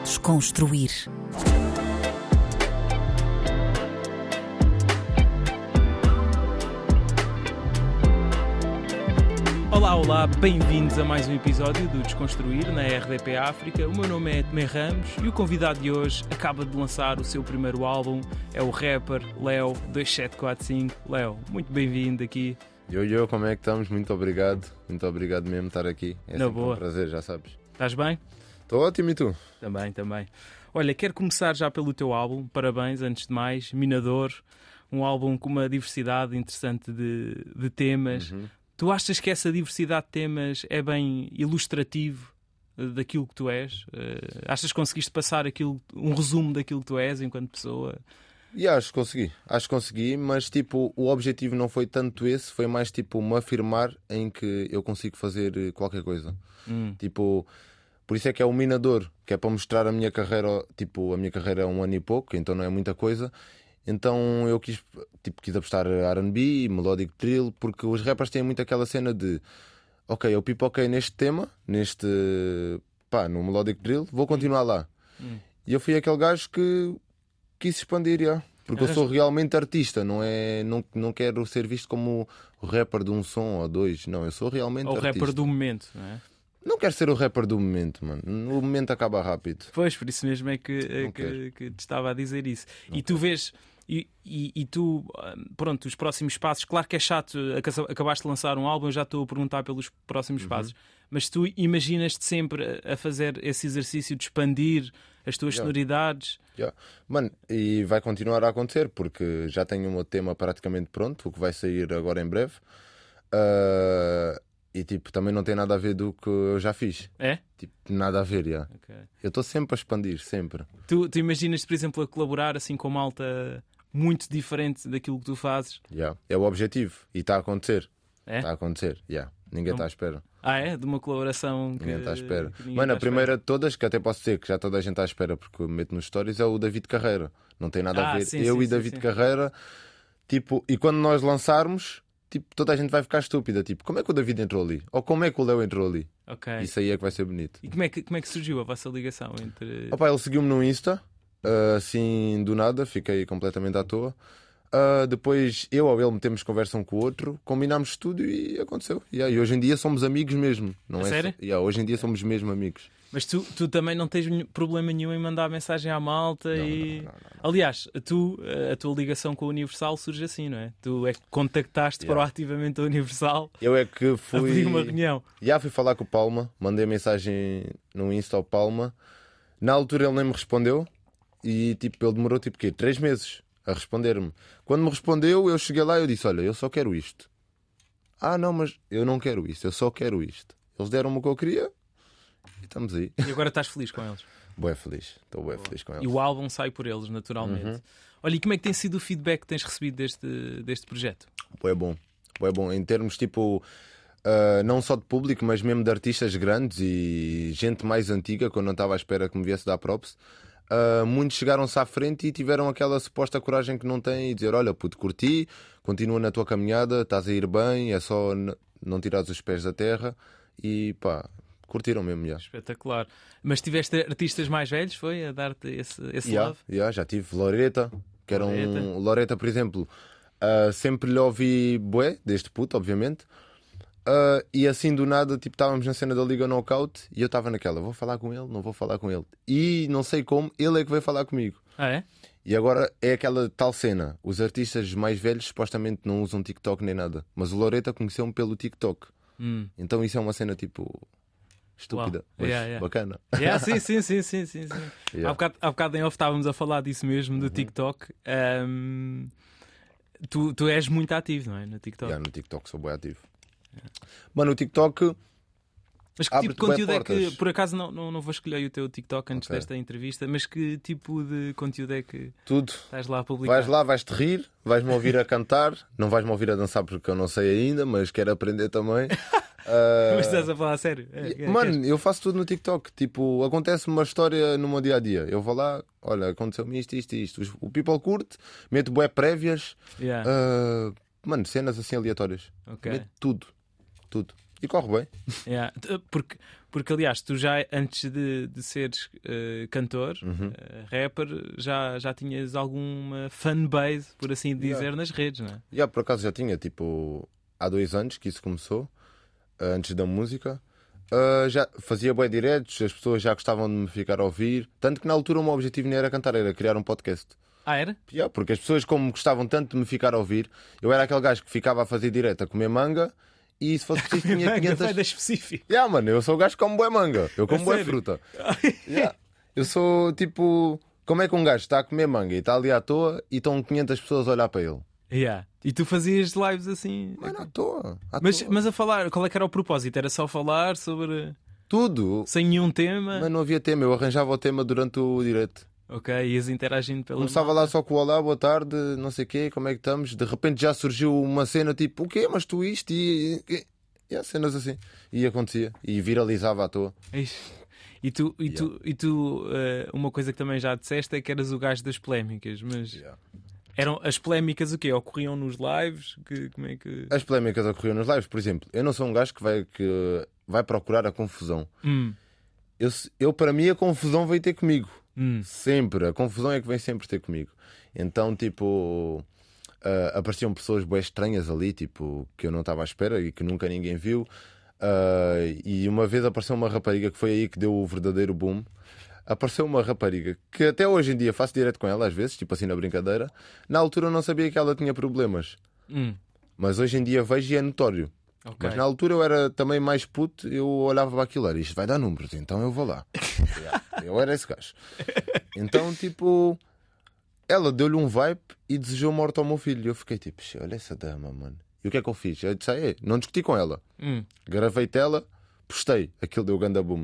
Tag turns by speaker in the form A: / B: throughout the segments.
A: Desconstruir.
B: Olá, bem-vindos a mais um episódio do Desconstruir na RDP África. O meu nome é Tomé Ramos e o convidado de hoje acaba de lançar o seu primeiro álbum, é o rapper Leo 2745. Leo, muito bem-vindo aqui.
C: Eu, como é que estamos? Muito obrigado mesmo estar aqui. É
B: Na
C: sempre
B: boa.
C: um prazer, já sabes.
B: Estás bem?
C: Estou ótimo, e tu?
B: Também. Olha, quero começar já pelo teu álbum, parabéns, antes de mais, Minador, um álbum com uma diversidade interessante de temas. Tu achas que essa diversidade de temas é bem ilustrativo daquilo que tu és? Achas que conseguiste passar um resumo daquilo que tu és enquanto pessoa?
C: E acho que consegui, mas tipo, o objetivo não foi tanto esse, foi mais tipo me afirmar em que eu consigo fazer qualquer coisa. Tipo, por isso é que é o Minador, que é para mostrar a minha carreira. Tipo, a minha carreira é 1 ano e pouco, então não é muita coisa. Então eu quis apostar R&B, melodic drill, porque os rappers têm muito aquela cena de ok, eu pipoquei neste tema, no melodic drill, vou continuar lá. E eu fui aquele gajo que quis expandir, porque eu sou realmente artista, não quero ser visto como o rapper de um som ou dois, não, eu sou realmente
B: Ou o
C: artista.
B: rapper do momento, não é?
C: Não quero ser o rapper do momento, mano. O momento acaba rápido.
B: Pois, por isso mesmo é que te estava a dizer isso. E tu vês, e tu, pronto, os próximos passos, claro que é chato, acabaste de lançar um álbum, eu já estou a perguntar pelos próximos passos, mas tu imaginas-te sempre a fazer esse exercício de expandir as tuas sonoridades?
C: Mano, e vai continuar a acontecer, porque já tenho o meu tema praticamente pronto, o que vai sair agora em breve. E tipo, também não tem nada a ver do que eu já fiz.
B: É?
C: Tipo, nada a ver,
B: Okay.
C: Eu estou sempre a expandir, sempre.
B: Tu imaginas-te, por exemplo, a colaborar assim com malta muito diferente daquilo que tu fazes?
C: É o objetivo. E está a acontecer.
B: É?
C: Está a acontecer, Ninguém está à espera.
B: É? De uma colaboração que...
C: Ninguém está à espera.
B: que ninguém
C: Mano, a
B: está à
C: primeira
B: espera.
C: de todas, que até posso dizer que já toda a gente está à espera, porque eu meto nos stories, é o David Carreira. Não tem nada a ver.
B: Sim,
C: eu
B: sim,
C: e
B: sim,
C: David
B: sim.
C: Carreira, tipo, e quando nós lançarmos, tipo, toda a gente vai ficar estúpida. Tipo, como é que o David entrou ali? Ou como é que o Leo entrou ali?
B: Ok.
C: Isso aí é que vai ser bonito.
B: E como é que surgiu a vossa ligação entre...
C: Opa, ele seguiu-me no Insta, assim do nada, fiquei completamente à toa. Depois eu ou ele metemos conversa um com o outro, combinámos tudo e aconteceu. E hoje em dia somos amigos mesmo. Não
B: A
C: é
B: sério?
C: Hoje em dia somos mesmo amigos.
B: Mas tu também não tens problema nenhum em mandar mensagem à malta e...
C: Não.
B: Aliás, a tua ligação com a Universal surge assim, não é? Tu é que contactaste proativamente a Universal
C: Eu é que
B: a
C: fui.
B: pedir uma reunião.
C: Fui falar com o Palma, mandei mensagem no Insta ao Palma. Na altura ele nem me respondeu e tipo, ele demorou tipo 3 meses a responder-me. Quando me respondeu, eu cheguei lá e eu disse: olha, eu só quero isto. Não, mas eu não quero isto, eu só quero isto. Eles deram-me o que eu queria e estamos aí.
B: E agora estás feliz com eles.
C: Estou bem feliz com eles.
B: E o álbum sai por eles, naturalmente. Olha, e como é que tem sido o feedback que tens recebido deste projeto?
C: É bom. Em termos tipo, não só de público, mas mesmo de artistas grandes e gente mais antiga, que eu não estava à espera que me viesse dar props. Muitos chegaram-se à frente e tiveram aquela suposta coragem que não têm e dizer: olha, puto, curti, continua na tua caminhada, estás a ir bem, é só não tirares os pés da terra. E pá, curtiram mesmo,
B: Espetacular. Mas tiveste artistas mais velhos, foi? A dar-te esse love?
C: Já tive Loreta, que era Loreta, por exemplo, sempre lhe ouvi bué, desde puto, obviamente. E assim do nada, tipo, estávamos na cena da Liga Knockout e eu estava naquela: vou falar com ele, não vou falar com ele. E não sei como, ele é que veio falar comigo.
B: É?
C: E agora é aquela tal cena: os artistas mais velhos supostamente não usam TikTok nem nada, mas o Loreta conheceu-me pelo TikTok. Então isso é uma cena tipo estúpida, mas bacana.
B: Sim. Há bocado em off estávamos a falar disso mesmo, do TikTok. Tu és muito ativo, não é? No TikTok.
C: No TikTok sou bem ativo. Mano, o TikTok.
B: Mas que tipo de conteúdo é que,
C: portas.
B: por acaso não vou escolher o teu TikTok antes desta entrevista, mas que tipo de conteúdo é que
C: Tudo.
B: estás lá a publicar?
C: Vais lá, vais-te rir, vais-me ouvir a cantar, não vais-me ouvir a dançar porque eu não sei ainda, mas quero aprender também.
B: Mas estás a falar a sério?
C: Mano, eu faço tudo no TikTok. Tipo, acontece-me uma história no meu dia-a-dia. Eu vou lá, olha, aconteceu-me isto. O people curte, meto bué prévias. Mano, cenas assim aleatórias.
B: Ok.
C: Meto tudo. E corre bem.
B: Porque Porque, aliás, tu já antes de seres cantor, rapper, já tinhas alguma fanbase, por assim dizer, nas redes, não é?
C: Por acaso já tinha, tipo, há 2 anos que isso começou, antes da música. Já fazia bué diretos, as pessoas já gostavam de me ficar a ouvir. Tanto que na altura o meu objetivo nem era cantar, era criar um podcast.
B: Ah, era?
C: Porque as pessoas, como gostavam tanto de me ficar a ouvir, eu era aquele gajo que ficava a fazer direto a comer manga. E se fosse preciso, tinha 500...
B: Vai da específico.
C: Mano, eu sou o gajo que come bué manga. Eu como bué fruta. Eu sou tipo... Como é que um gajo está a comer manga e está ali à toa e estão 500 pessoas a olhar para ele?
B: E tu fazias lives assim?
C: Mano, à toa.
B: Mas a falar, qual é que era o propósito? Era só falar sobre...
C: Tudo.
B: Sem nenhum tema?
C: Mas não havia tema. Eu arranjava o tema durante o direto.
B: Ok, ias interagindo pela...
C: Começava lá só com o olá, boa tarde, não sei o quê, como é que estamos? De repente já surgiu uma cena tipo, o quê? Mas tu isto e cenas assim. E acontecia. E viralizava à toa.
B: E tu uma coisa que também já disseste é que eras o gajo das polémicas, mas eram as polémicas o quê? Ocorriam nos lives? Como é que...
C: As polémicas ocorriam nos lives, por exemplo. Eu não sou um gajo que vai procurar a confusão. Eu, para mim, a confusão veio ter comigo. Sempre. A confusão é que vem sempre ter comigo. Então, tipo... apareciam pessoas bem estranhas ali, tipo, que eu não estava à espera e que nunca ninguém viu. E uma vez apareceu uma rapariga que foi aí que deu o verdadeiro boom. Apareceu uma rapariga que até hoje em dia faço direto com ela às vezes, tipo assim na brincadeira. Na altura eu não sabia que ela tinha problemas, mas hoje em dia vejo e é notório. Mas na altura eu era também mais puto, eu olhava para aquilo, era isto vai dar números, então eu vou lá. Eu era esse gajo. Então tipo, ela deu-lhe um vibe e desejou morte ao meu filho. Eu fiquei tipo, olha essa dama, mano. E o que é que eu fiz? Eu disse, não discuti com ela. Gravei-te ela, postei. Aquilo deu ganda boom.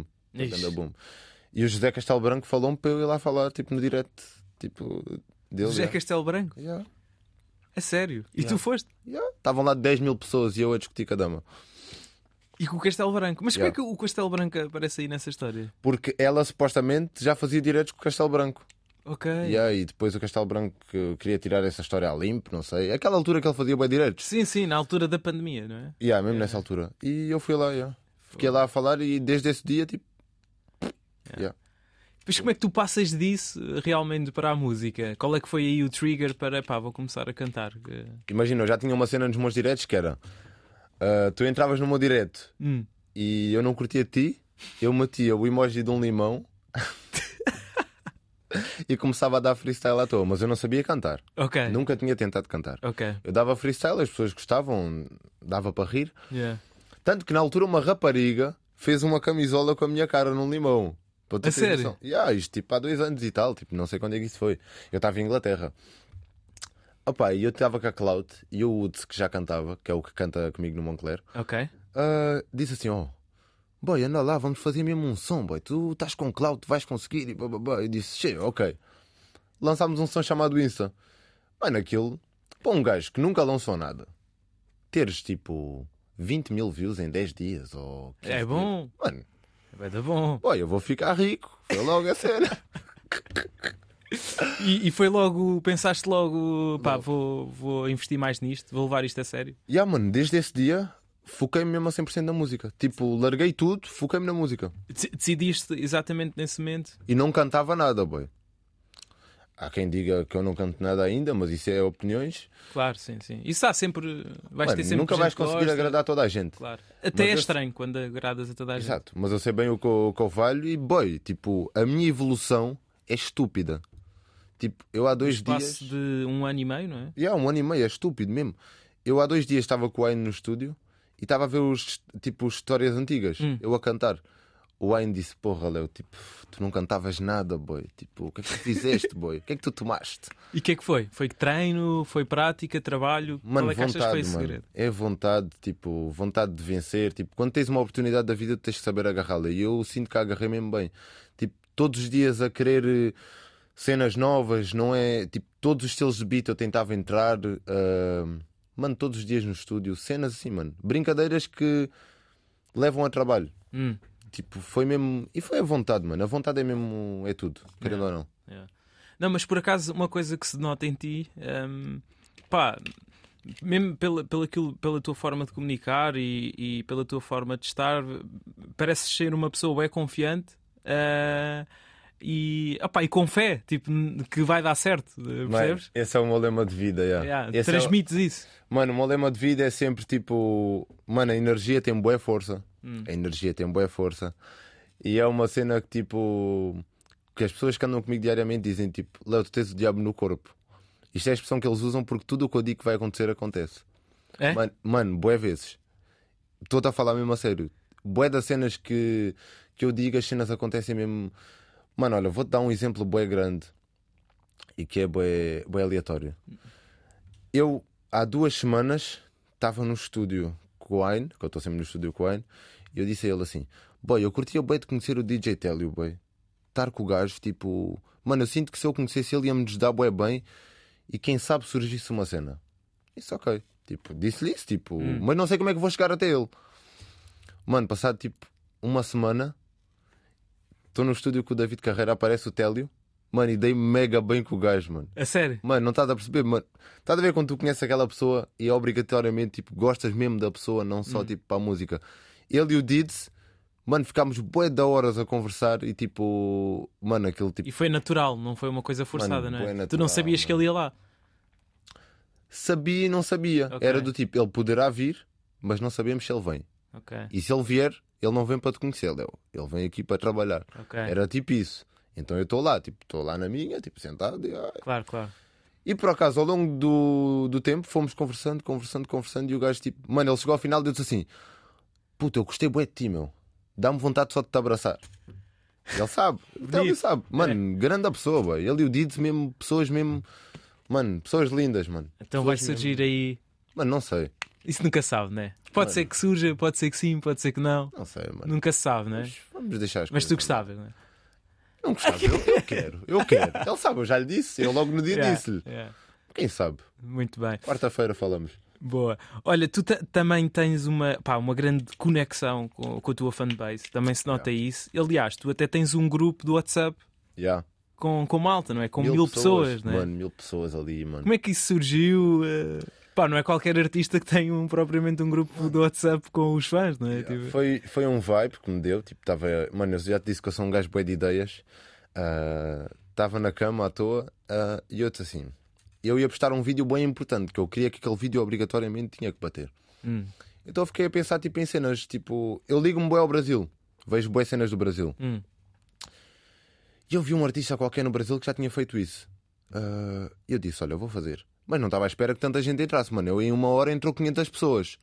C: E o José Castelo Branco falou-me para eu ir lá falar, tipo, no direct, tipo, dele.
B: José Castelo Branco? É sério? E tu foste?
C: Estavam lá 10 mil pessoas e eu a discutir com a dama.
B: E com o Castelo Branco? Mas como é que o Castelo Branco aparece aí nessa história?
C: Porque ela supostamente já fazia diretos com o Castelo Branco.
B: Ok.
C: E depois o Castelo Branco queria tirar essa história a limpo, não sei. Aquela altura que ele fazia bem diretos.
B: Sim, na altura da pandemia, não é?
C: Mesmo nessa altura. E eu fui lá, Fiquei lá a falar e desde esse dia, tipo...
B: Mas como é que tu passas disso realmente para a música? Qual é que foi aí o trigger para, vou começar a cantar?
C: Imagina, eu já tinha uma cena nos meus diretos que era... tu entravas no meu direto e eu não curtia de ti, eu metia o emoji de um limão... e começava a dar freestyle à toa, mas eu não sabia cantar. Nunca tinha tentado cantar. Eu dava freestyle, as pessoas gostavam, dava para rir. Tanto que na altura uma rapariga fez uma camisola com a minha cara num limão.
B: A sério?
C: Isto tipo há 2 anos e tal, tipo, não sei quando é que isso foi. Eu estava em Inglaterra. E eu estava com a Clout e o Woods, que já cantava, que é o que canta comigo no Moncler, disse assim: boy, anda lá, vamos fazer mesmo um som, boy. Tu estás com Clout, vais conseguir. E blá. Eu disse, ok. Lançámos um som chamado Insta. Mano, aquilo, para um gajo que nunca lançou nada, teres tipo 20 mil views em 10 dias ou 15
B: é bom.
C: dias, mano,
B: vai dar bom.
C: Boy, eu vou ficar rico. Foi logo a cena.
B: E foi logo, pensaste logo, vou investir mais nisto, vou levar isto a sério?
C: Mano, desde esse dia foquei-me mesmo a 100% na música. Tipo, larguei tudo, foquei-me na música.
B: Decidiste exatamente nesse momento?
C: E não cantava nada, boy. Há quem diga que eu não canto nada ainda, mas isso é opiniões.
B: Claro, sim. Isso há sempre. Ter sempre
C: nunca vais conseguir agradar toda a gente.
B: Claro. Até mas estranho quando agradas a toda a gente.
C: Exato, mas eu sei bem o que eu valho e, boy, tipo, a minha evolução é estúpida. Tipo, eu há 2 dias.
B: De 1 ano e meio, não é?
C: 1 ano e meio, é estúpido mesmo. Eu há 2 dias estava com o Wayne no estúdio e estava a ver os histórias antigas, eu a cantar. O Wayne disse, porra, Léo, tipo, tu não cantavas nada, boy. Tipo, o que é que tu fizeste, boy? O que é que tu tomaste?
B: E o que é que foi? Foi treino? Foi prática? Trabalho?
C: Mano,
B: qual é que
C: vontade,
B: achas que foi esse
C: mano.
B: segredo?
C: É vontade, tipo, vontade de vencer. Tipo, quando tens uma oportunidade da vida, tu tens que saber agarrá-la. E eu sinto que a agarrei mesmo bem. Tipo, todos os dias a querer cenas novas, não é? Tipo, todos os estilos de beat eu tentava entrar. Mano, todos os dias no estúdio. Cenas assim, mano. Brincadeiras que levam a trabalho. Tipo, foi mesmo. E foi a vontade, mano. A vontade é mesmo. É tudo, querendo ou não.
B: Não, mas por acaso, uma coisa que se nota em ti, mesmo pela tua forma de comunicar e pela tua forma de estar, pareces ser uma pessoa bem confiante e com fé, tipo, que vai dar certo, percebes?
C: Mano, esse é o meu lema de vida,
B: transmites isso.
C: Mano, o meu lema de vida é sempre tipo, mano, a energia tem boa força. A energia tem boa força. E é uma cena que tipo, que as pessoas que andam comigo diariamente dizem tipo, Léo, tu tens o diabo no corpo. Isto é a expressão que eles usam porque tudo o que eu digo que vai acontecer acontece.
B: É?
C: Mano, bué vezes. Estou-te a falar mesmo a sério. Bué das cenas que eu digo, as cenas acontecem mesmo. Mano, olha, vou-te dar um exemplo bué grande e que é bué aleatório. Eu, há 2 semanas, estava no estúdio com o Aine, que eu estou sempre no estúdio com o Aine, e eu disse a ele assim: boy, eu curtia bué de conhecer o DJ Télio, boy. Estar com o gajo, tipo, mano, eu sinto que se eu conhecesse ele ia-me desdar bué bem e quem sabe surgisse uma cena. Isso ok. Tipo, disse-lhe isso, tipo, mas não sei como é que vou chegar até ele. Mano, passado tipo uma semana, estou no estúdio com o David Carreira, aparece o Télio. Mano, e dei mega bem com o gajo, mano.
B: A sério?
C: Mano, não estás a perceber, mano. Estás a ver quando tu conheces aquela pessoa e obrigatoriamente tipo, gostas mesmo da pessoa, não só tipo para a música. Ele e o Dids, mano, ficámos bué de horas a conversar e tipo, mano, aquele tipo.
B: E foi natural, não foi uma coisa forçada,
C: Mano,
B: não é?
C: natural,
B: Tu não sabias que ele ia lá.
C: Sabia e não sabia.
B: Okay.
C: Era do tipo, ele poderá vir, mas não sabemos se ele vem.
B: Okay.
C: E se ele vier, ele não vem para te conhecer, Léo. Ele vem aqui para trabalhar.
B: Okay.
C: Era tipo isso. Então eu estou lá, tipo, estou lá na minha, tipo, sentado.
B: Claro.
C: E por acaso, ao longo do tempo, fomos conversando. E o gajo, tipo, mano, ele chegou ao final e disse assim: puta, eu gostei bué de ti, meu. Dá-me vontade só de te abraçar. Ele sabe, ele sabe. Mano, grande a pessoa, boy. Ele e o Dids mesmo, pessoas mesmo. Mano, pessoas lindas, mano.
B: Então
C: pessoas
B: vai surgir
C: mesmo...
B: aí.
C: Mano, não sei.
B: Isso nunca sabe, né? Pode ser que surja, pode ser que sim, pode ser que não.
C: Não sei, mano.
B: Nunca se sabe, né?
C: Mas vamos deixar as
B: Mas
C: coisas.
B: tu gostavas, né?
C: Não gostava, eu quero. Ele sabe, eu já lhe disse. Eu logo no dia disse-lhe. Quem sabe?
B: Muito bem.
C: Quarta-feira falamos.
B: Boa. Olha, tu também tens uma grande conexão com a tua fanbase. Também se nota isso. Aliás, tu até tens um grupo do WhatsApp com malta, não é? Com 1000 pessoas, não é?
C: Mano, 1000 pessoas ali, mano.
B: Como é que isso surgiu? Não é qualquer artista que tem propriamente um grupo do WhatsApp com os fãs, não é? Tipo...
C: Foi um vibe que me deu. Tipo, mano, eu já te disse que eu sou um gajo bué de ideias. Estava na cama à toa e eu disse assim: eu ia postar um vídeo bem importante, que eu queria que aquele vídeo obrigatoriamente tinha que bater. Então eu fiquei a pensar tipo, em cenas, tipo, eu ligo-me bué ao Brasil, vejo bué cenas do Brasil. E eu vi um artista qualquer no Brasil que já tinha feito isso. E eu disse: olha, eu vou fazer. Mas não estava à espera que tanta gente entrasse, mano. Eu em 1 hora entrou 500 pessoas.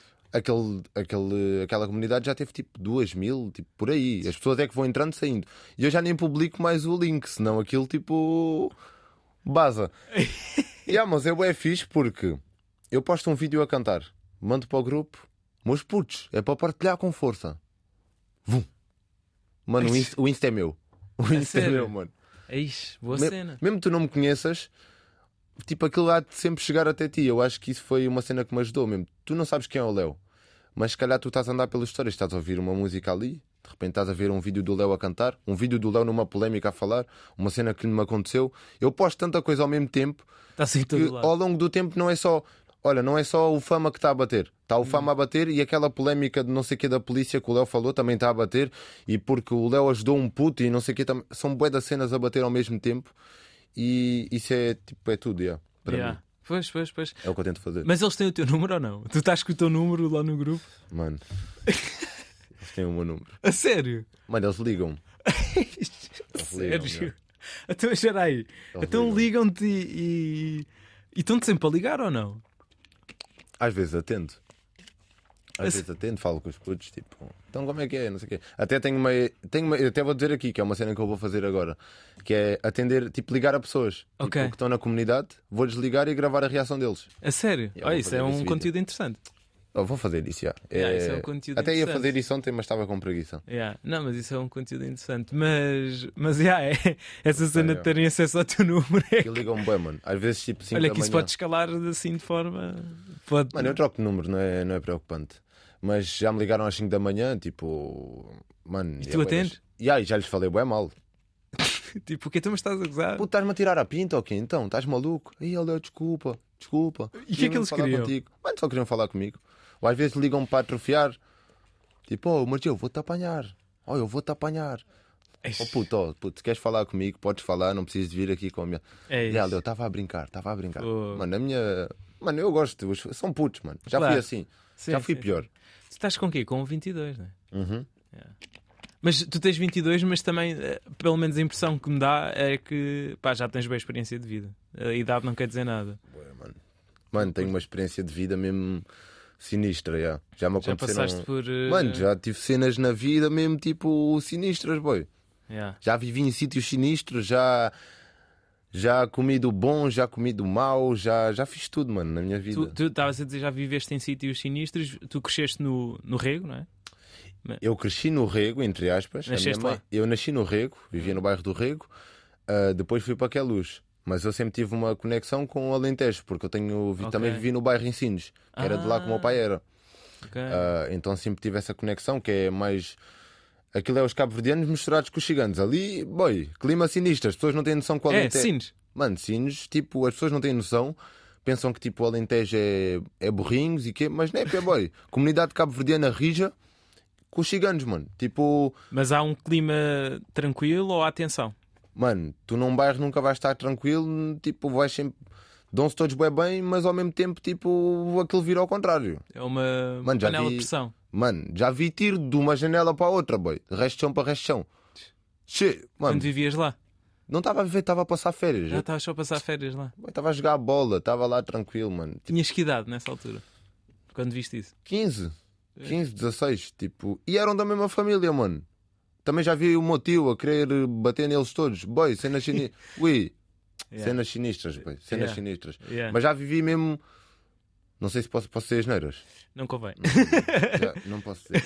C: Aquela comunidade já teve tipo 2000, tipo por aí. As pessoas é que vão entrando e saindo. E eu já nem publico mais o link, senão aquilo tipo baza. Mas é fixe porque eu posto um vídeo a cantar, mando para o grupo, meus putos, é para partilhar com força. Vum. Mano, o Insta é meu. O Insta é meu, mano.
B: Boa cena.
C: Mesmo que tu não me conheças, tipo, aquilo há de sempre chegar até ti. Eu acho que isso foi uma cena que me ajudou mesmo. Tu não sabes quem é o Léo, mas se calhar tu estás a andar pelas histórias, estás a ouvir uma música ali, de repente estás a ver um vídeo do Léo a cantar, um vídeo do Léo numa polémica a falar, uma cena que me aconteceu. Eu posto tanta coisa ao mesmo tempo
B: que
C: ao longo do tempo não é só... Olha, não é só o Fama que está a bater. Está o Fama a bater e aquela polémica de não sei o que da polícia que o Léo falou também está a bater. E porque o Léo ajudou um puto e não sei o que também. São bué das cenas a bater ao mesmo tempo. E isso é tipo, é tudo, para mim.
B: Pois.
C: É o que eu tento fazer.
B: Mas eles têm o teu número ou não? Tu estás com o teu número lá no grupo?
C: Mano, eles têm o meu número.
B: A sério?
C: Mano, eles ligam-me.
B: Sério? Então, espera aí. Então ligam-te e estão-te sempre a ligar ou não?
C: Às vezes atendo. Falo com os putos, tipo, então como é que é? Não sei o quê. Até tenho uma. Até vou dizer aqui, que é uma cena que eu vou fazer agora, que é atender, tipo, ligar a pessoas tipo, que estão na comunidade, vou desligar e gravar a reação deles.
B: A sério? Isso é um conteúdo interessante.
C: Eu vou fazer isso,
B: isso é um conteúdo
C: até ia fazer isso ontem, mas estava com preguiça.
B: Não, mas isso é um conteúdo interessante. Mas essa cena de terem acesso ao teu número
C: que ligam-me bem, mano. Às vezes, tipo, 5
B: olha,
C: da
B: que isso
C: manhã...
B: pode escalar assim de forma.
C: Mano, eu troco de número, não é preocupante. Mas já me ligaram às 5 da manhã, tipo, mano.
B: E tu atendes?
C: E já lhes falei bem mal.
B: Tipo, o que tu me estás a gozar?
C: Puto, estás-me a tirar a pinta ou quê? Então, estás maluco? Aí, olha, desculpa. desculpa.
B: E o que é que eles queriam?
C: Contigo. Mano, só queriam falar comigo. Ou às vezes ligam-me para atrofiar. Tipo, oh, mas eu vou-te apanhar. Oh, eu vou-te apanhar. Oh puto, se queres falar comigo, podes falar, não precisas de vir aqui com a minha. Real, eu estava a brincar. Mano, a minha. Mano, eu gosto, são putos, mano. Já fui assim.
B: Sim,
C: já fui
B: sim,
C: pior.
B: Sim. Tu estás com o quê? Com 22, não é?
C: Uhum.
B: Yeah. Mas tu tens 22, mas também, pelo menos a impressão que me dá é que pá, já tens boa experiência de vida. A idade não quer dizer nada.
C: Mano, tenho uma experiência de vida mesmo sinistra, já me aconteceram.
B: Já passaste por...
C: Mano, já tive cenas na vida mesmo tipo sinistras, boy.
B: Yeah.
C: Já vivi em sítios sinistros, já comi do bom, já comi do mau, já fiz tudo, mano, na minha vida.
B: Tu estavas a dizer, já viveste em sítios sinistros, tu cresceste no Rego, não é?
C: Eu cresci no Rego, entre aspas. Eu nasci no Rego, vivia no bairro do Rego, depois fui para Queluz. Mas eu sempre tive uma conexão com o Alentejo, porque eu também vivi no bairro em Sines, que era de lá que o meu pai era.
B: Okay.
C: Então sempre tive essa conexão, que é mais... Aquilo é os cabo-verdianos misturados com os ciganos. Ali, boy, clima sinistro, as pessoas não têm noção que o Alentejo...
B: Sines.
C: Mano, Sines, tipo, as pessoas não têm noção, pensam que tipo o Alentejo é burrinhos e quê, mas não é, pé, boy. Comunidade cabo-verdiana rija com os ciganos, mano. Tipo...
B: Mas há um clima tranquilo ou há tensão?
C: Mano, tu num bairro nunca vais estar tranquilo, tipo, vais sempre... Dão-se todos bem, mas ao mesmo tempo, tipo, aquilo vira ao contrário.
B: É uma panela de pressão.
C: Mano, já vi tiro de uma janela para a outra, boy. De resto de chão para resto de chão. Mano,
B: quando vivias lá?
C: Não estava a viver, estava a passar férias.
B: Já estavas só a passar férias lá?
C: Estava a jogar a bola, estava lá tranquilo, mano.
B: Tinhas que idade nessa altura? Quando viste isso?
C: 15, 16, tipo... E eram da mesma família, mano. Também já vi o meu tio a querer bater neles todos. Boy, cenas sinistras. Ui, cenas sinistras, boy. Cenas sinistras. Mas já vivi mesmo... Não sei se posso ser asneiras.
B: Não convém.
C: Não posso dizer.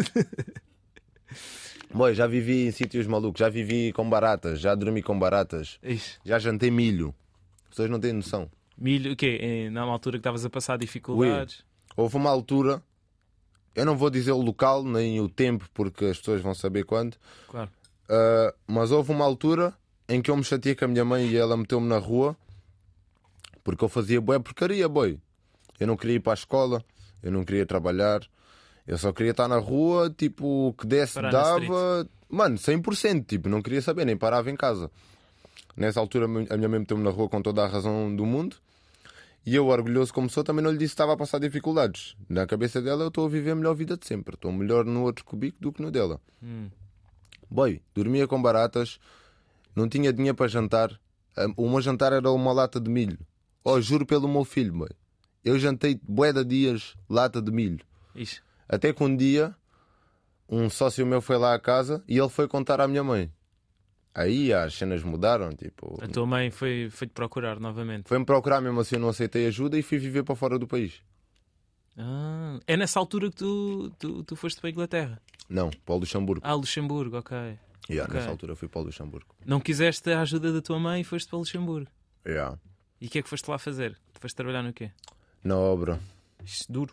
C: Boy, já vivi em sítios malucos. Já vivi com baratas. Já dormi com baratas.
B: Ixi.
C: Já jantei milho. As pessoas não têm noção.
B: Milho, o quê? Na altura que estavas a passar dificuldades?
C: Houve uma altura... Eu não vou dizer o local nem o tempo, porque as pessoas vão saber quando.
B: Claro.
C: Mas houve uma altura em que eu me chateei com a minha mãe e ela meteu-me na rua porque eu fazia bué porcaria, boy. Eu não queria ir para a escola, eu não queria trabalhar, eu só queria estar na rua, tipo, o que desse
B: parar
C: dava. Mano, 100%, tipo, não queria saber, nem parava em casa. Nessa altura a minha mãe meteu-me na rua com toda a razão do mundo. E eu, orgulhoso como sou, também não lhe disse que estava a passar dificuldades. Na cabeça dela eu estou a viver a melhor vida de sempre. Estou melhor no outro cubico do que no dela. Boy, dormia com baratas, não tinha dinheiro para jantar. O meu jantar era uma lata de milho. Oh, juro pelo meu filho, boy. Eu jantei bué de dias lata de milho.
B: Ixi.
C: Até que um dia um sócio meu foi lá à casa e ele foi contar à minha mãe. Aí as cenas mudaram, tipo...
B: A tua mãe foi-te procurar novamente?
C: Foi-me procurar mesmo assim, eu não aceitei ajuda e fui viver para fora do país.
B: É nessa altura que tu foste para a Inglaterra?
C: Não, para o Luxemburgo.
B: Luxemburgo, ok.
C: Okay. Nessa altura fui para o Luxemburgo.
B: Não quiseste a ajuda da tua mãe e foste para o Luxemburgo? E o que é que foste lá fazer? Tu foste trabalhar no quê?
C: Na obra.
B: Isto duro.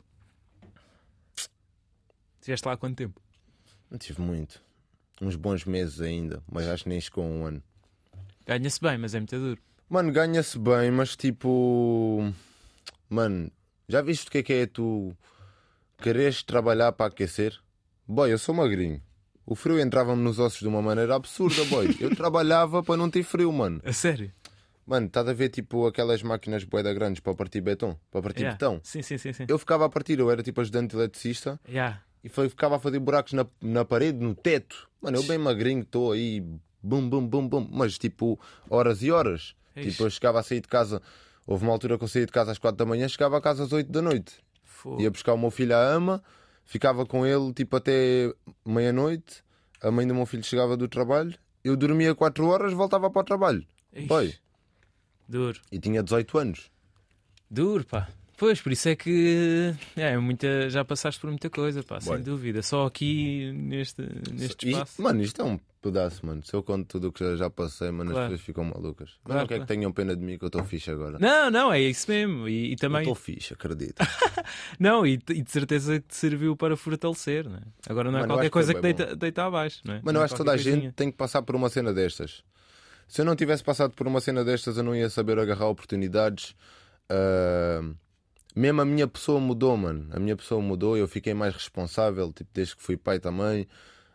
B: Estiveste lá há quanto tempo?
C: Não tive muito. Uns bons meses ainda, mas acho que nem chegou um ano.
B: Ganha-se bem, mas é muito duro.
C: Mano, ganha-se bem, mas tipo... Mano, já viste o que é tu quereres trabalhar para aquecer? Boy, eu sou magrinho. O frio entrava-me nos ossos de uma maneira absurda, boy. Eu trabalhava para não ter frio, mano.
B: A sério?
C: Mano, estás a ver tipo aquelas máquinas bué grandes para partir beton? Para partir betão?
B: Sim.
C: Eu ficava a partir, eu era tipo ajudante de eletricista. E ficava a fazer buracos na parede, no teto. Mano, eu bem magrinho, estou aí, bum, bum, bum, bum. Mas tipo, horas e horas.
B: Ixi.
C: Tipo, eu chegava a sair de casa. Houve uma altura que eu saí de casa às 4 da manhã, chegava a casa às 8 da noite. Ia buscar o meu filho à ama, ficava com ele tipo até meia-noite. A mãe do meu filho chegava do trabalho. Eu dormia 4 horas, voltava para o trabalho. Boy.
B: Duro.
C: E tinha 18 anos.
B: Duro, pá. Pois, por isso é que já passaste por muita coisa, pá, sem dúvida. Só aqui neste espaço.
C: Mano, isto é um pedaço, mano. Se eu conto tudo o que já passei, mano, as pessoas ficam malucas. Mas não quer que tenham pena de mim, que eu estou fixe agora.
B: Não, é isso mesmo. E também...
C: Eu estou fixe, acredita.
B: Não, e de certeza que te serviu para fortalecer, não é? Agora não é qualquer coisa que deita abaixo, não é?
C: Mano, eu acho que toda a gente tem que passar por uma cena destas. Se eu não tivesse passado por uma cena destas, eu não ia saber agarrar oportunidades. mesmo a minha pessoa mudou, mano. A minha pessoa mudou, eu fiquei mais responsável, tipo, desde que fui pai também.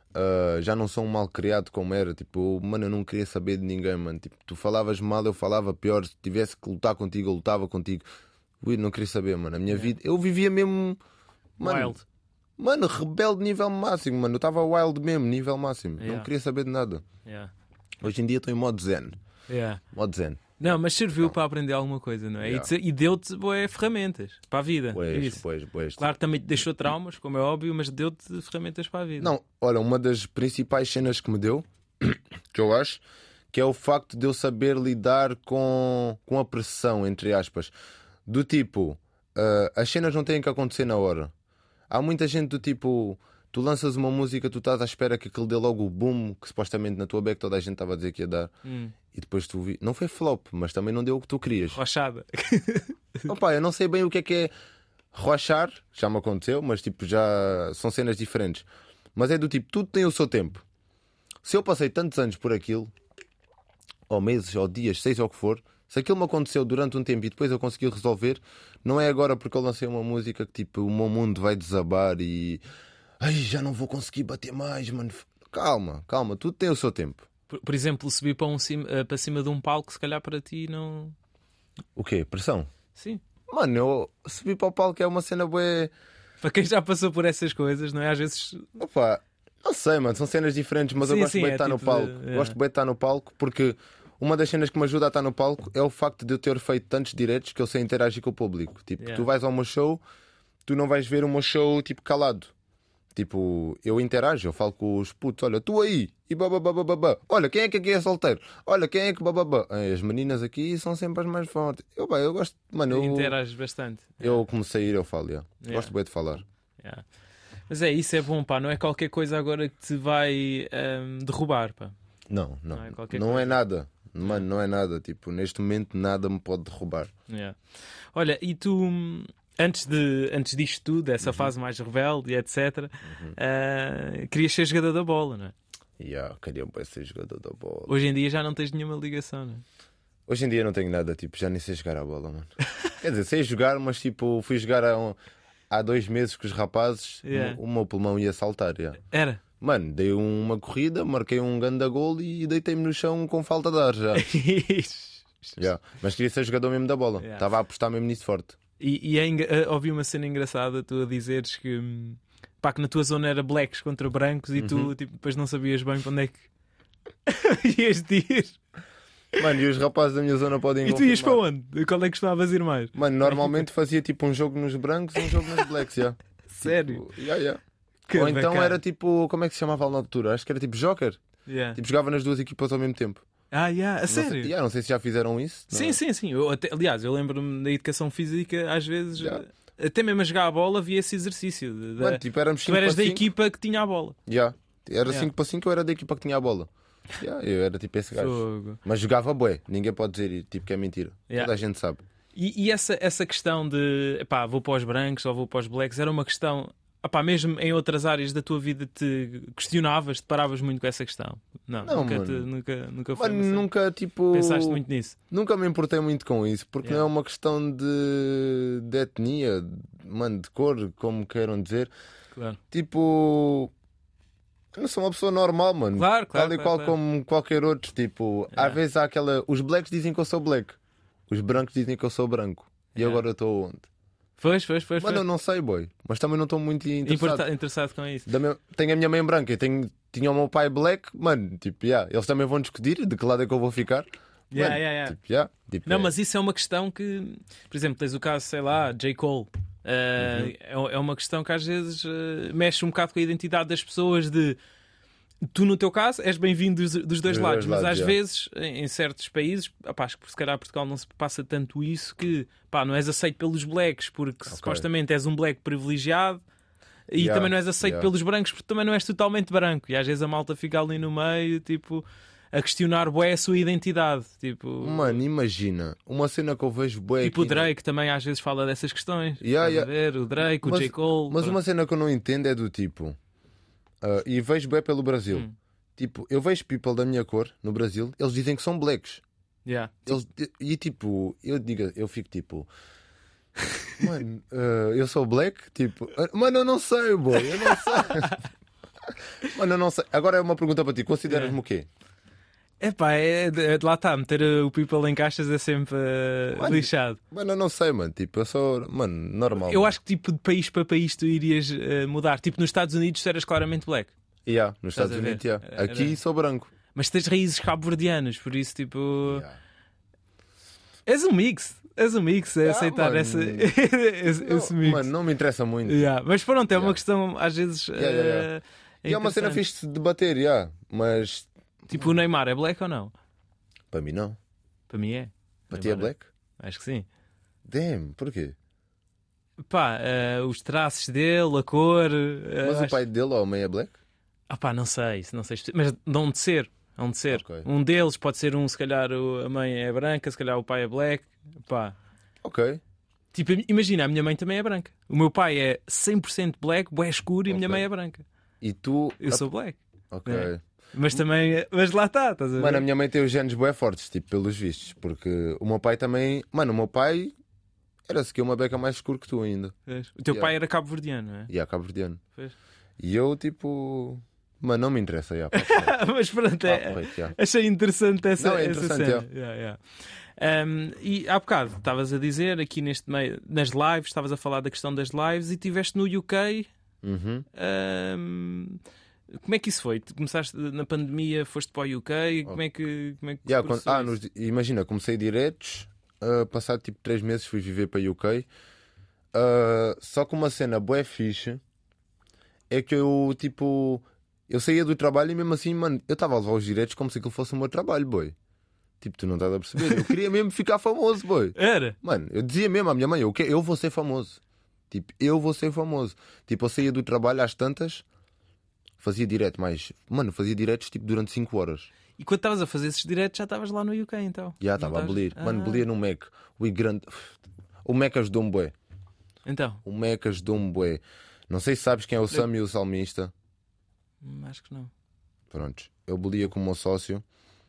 C: Já não sou um mal criado como era. Tipo, mano, eu não queria saber de ninguém, mano. Tipo, tu falavas mal, eu falava pior. Se tivesse que lutar contigo, eu lutava contigo. Ui, não queria saber, mano. A minha vida, eu vivia mesmo, mano,
B: Wild.
C: Mano, rebelde nível máximo, mano. Eu estava wild mesmo, nível máximo. Não queria saber de nada. Hoje em dia estou em modo zen. Modo zen.
B: Não, mas serviu para aprender alguma coisa, não é? E deu-te ferramentas para a vida.
C: Pois.
B: Claro que também te deixou traumas, como é óbvio, mas deu-te ferramentas para a vida.
C: Não, olha, uma das principais cenas que me deu, que eu acho, que é o facto de eu saber lidar com a pressão, entre aspas. Do tipo, as cenas não têm que acontecer na hora. Há muita gente do tipo, tu lanças uma música, tu estás à espera que aquele dê logo o boom, que supostamente na tua back toda a gente estava a dizer que ia dar. E depois tu vi, não foi flop, mas também não deu o que tu querias.
B: Rochada.
C: Opa, eu não sei bem o que é rochar, já me aconteceu, mas tipo, já são cenas diferentes. Mas é do tipo, tudo tem o seu tempo. Se eu passei tantos anos por aquilo, ou meses, ou dias, seja o que for, se aquilo me aconteceu durante um tempo e depois eu consegui resolver, não é agora porque eu lancei uma música que tipo, o meu mundo vai desabar e ai, já não vou conseguir bater mais, mano. Calma, tudo tem o seu tempo.
B: Por exemplo, subir para cima de um palco, se calhar para ti não.
C: O quê? Pressão?
B: Sim.
C: Mano, eu subir para o palco é uma cena bué.
B: Para quem já passou por essas coisas, não é? Às vezes.
C: Opa, não sei, mano, são cenas diferentes, mas eu gosto bem de estar no palco. Gosto bem de estar no palco porque uma das cenas que me ajuda a estar no palco é o facto de eu ter feito tantos diretos que eu sei interagir com o público. Tipo, tu vais ao meu show, tu não vais ver o meu show tipo calado. Tipo, eu interajo, eu falo com os putos, olha, tu aí, e bababababá. Olha, quem é que aqui é solteiro? Olha, quem é que bababá? As meninas aqui são sempre as mais fortes. Eu gosto, mano.
B: Interages bastante.
C: Eu comecei a ir, eu falo, gosto bem de falar.
B: Mas isso é bom, pá, não é qualquer coisa agora que te vai derrubar, pá.
C: Não é nada. Mano, não é nada. Tipo, neste momento nada me pode derrubar.
B: Olha, e tu, antes disto tudo, dessa fase mais rebelde e etc., querias ser jogador da bola, não é?
C: Queria bem ser jogador da bola.
B: Hoje em dia já não tens nenhuma ligação, não é?
C: Hoje em dia não tenho nada, tipo, já nem sei jogar a bola, mano. Quer dizer, sei jogar, mas tipo, fui jogar há 2 meses com os rapazes, o meu pulmão ia saltar.
B: Era?
C: Mano, dei uma corrida, marquei um ganda gol e deitei-me no chão com falta de ar já. Mas queria ser jogador mesmo da bola. Estava a apostar mesmo nisso forte.
B: E ouvi uma cena engraçada, tu a dizeres que na tua zona era blacks contra brancos e tu tipo, depois não sabias bem para onde é que ias de ir.
C: Mano, e os rapazes da minha zona podem
B: E tu ias para onde? Qual é que costumavas ir mais?
C: Mano, normalmente fazia tipo um jogo nos brancos e um jogo nos blacks.
B: Sério?
C: Ou então era tipo, como é que se chamava na altura? Acho que era tipo Joker. Tipo, jogava nas duas equipas ao mesmo tempo.
B: A sério?
C: Não sei se já fizeram isso.
B: Sim. Aliás, eu lembro-me da educação física, às vezes, até mesmo a jogar a bola, havia esse exercício.
C: Mano, tipo, éramos 5
B: tu eras
C: para 5.
B: da equipa que tinha a bola.
C: Era 5 para 5, eu era da equipa que tinha a bola. Eu era tipo esse gajo. Mas jogava bué, ninguém pode dizer tipo, que é mentira. Toda a gente sabe.
B: E essa questão de vou para os brancos ou vou para os blacks era uma questão. Mesmo em outras áreas da tua vida te questionavas, te paravas muito com essa questão? Não nunca foi.
C: Mano, nunca tipo.
B: Pensaste muito nisso?
C: Nunca me importei muito com isso, porque não é uma questão de etnia, mano, de cor, como queiram dizer.
B: Claro.
C: Tipo. Eu não sou uma pessoa normal, mano.
B: Claro,
C: Tal e qual como qualquer outro. Tipo, às vezes há aquela. Os blacks dizem que eu sou black, os brancos dizem que eu sou branco. E agora eu estou onde?
B: Pois.
C: Mano, eu não sei, boy. Mas também não estou muito
B: interessado com isso.
C: Tenho a minha mãe branca e tinha o meu pai black. Mano, tipo, eles também vão discutir de que lado é que eu vou ficar.
B: Não, mas isso é uma questão que, por exemplo, tens o caso, sei lá, J. Cole. É uma questão que às vezes mexe um bocado com a identidade das pessoas. De tu, no teu caso, és bem-vindo dos dois lados, mas às vezes em certos países, acho que se calhar Portugal não se passa tanto isso, que não és aceito pelos blacks porque supostamente és um black privilegiado e também não és aceito pelos brancos porque também não és totalmente branco, e às vezes a malta fica ali no meio, tipo, a questionar bué a sua identidade. Tipo,
C: mano, imagina uma cena que eu vejo bué
B: tipo
C: aqui,
B: o Drake também às vezes fala dessas questões.
C: A
B: ver, o Drake, o J. Cole.
C: Mas uma cena que eu não entendo é do tipo, e vejo bué pelo Brasil. Tipo, eu vejo people da minha cor no Brasil, eles dizem que são blacks.
B: Yeah.
C: E tipo, eu fico tipo. Mano, eu sou black? Tipo, mano, eu não sei, boy, eu não sei. Mano, eu não sei. Agora é uma pergunta para ti: consideras-me o quê?
B: Epá, lá está, meter o people em caixas é sempre
C: Mano,
B: lixado.
C: Mano, eu não sei, mano. Tipo, eu sou, mano, normal.
B: Eu
C: mano.
B: acho que tipo de país para país tu irias mudar. Tipo, nos Estados Unidos tu eras claramente black.
C: Yeah, nos
B: Estás
C: Estados
B: a ver?
C: Unidos, yeah. Aqui sou branco.
B: Mas tens raízes cabo-verdianas, por isso tipo.
C: Yeah.
B: És um mix. És um mix, é aceitar
C: mano.
B: esse mix.
C: Mano, não me interessa muito.
B: Yeah. Mas pronto, é uma questão às vezes.
C: Yeah. E é uma cena
B: interessante.
C: fixe de debater, mas
B: Tipo, o Neymar é black ou não?
C: para mim não.
B: Para mim é.
C: Para ti é
B: Neymar
C: black?
B: Acho que sim.
C: Damn, porquê?
B: Pá, os traços dele, a cor.
C: Mas o pai dele ou a mãe é black?
B: Ah pá, não sei, mas de onde ser? Onde ser?
C: Ok.
B: Um deles pode ser se calhar a mãe é branca, se calhar o pai é black. Pá.
C: Ok.
B: Tipo, imagina, a minha mãe também é branca. O meu pai é 100% black, bué escuro e a minha mãe é branca.
C: E tu?
B: Eu sou black.
C: Ok.
B: É. Mas também, mas lá está, estás a ver?
C: Mano, a minha mãe tem os genes bué fortes, tipo, pelos vistos. Porque o meu pai também. Mano, o meu pai era-se que uma beca mais escuro que tu ainda.
B: O teu pai era cabo-verdiano, não é?
C: E yeah, cabo-verdiano.
B: Pois.
C: E eu, tipo. Mano, não me interessa. Yeah,
B: Mas pronto, achei interessante essa,
C: Não, é
B: essa
C: interessante,
B: cena. Yeah. E há bocado estavas a dizer aqui neste meio, nas lives, estavas a falar da questão das lives e estiveste no UK.
C: Uhum.
B: Como é que isso foi? Tu começaste na pandemia, foste para o UK? Como é que
C: Yeah,
B: processou isso?
C: imagina, comecei diretos, passado tipo 3 meses fui viver para o UK. Só que uma cena bué fixe é que eu tipo. Eu saía do trabalho e mesmo assim, mano, eu estava a levar os diretos como se aquilo fosse o meu trabalho, boy. Tipo, tu não estás a perceber. Eu queria mesmo ficar famoso, boy.
B: Era?
C: Mano, eu dizia mesmo à minha mãe, eu vou ser famoso. Tipo, eu vou ser famoso. Tipo, eu saía do trabalho às tantas, fazia direto, mas, mano, fazia diretos tipo durante 5 horas.
B: E quando estavas a fazer esses diretos já estavas lá no UK então?
C: Já estava a belir. Mano, belia no Mac. O Mac ajudou-me, bué.
B: Então?
C: O Mac ajudou-me, bué. Não sei se sabes quem é o Sam e o Salmista.
B: Acho que não.
C: Pronto, eu belia com o meu sócio.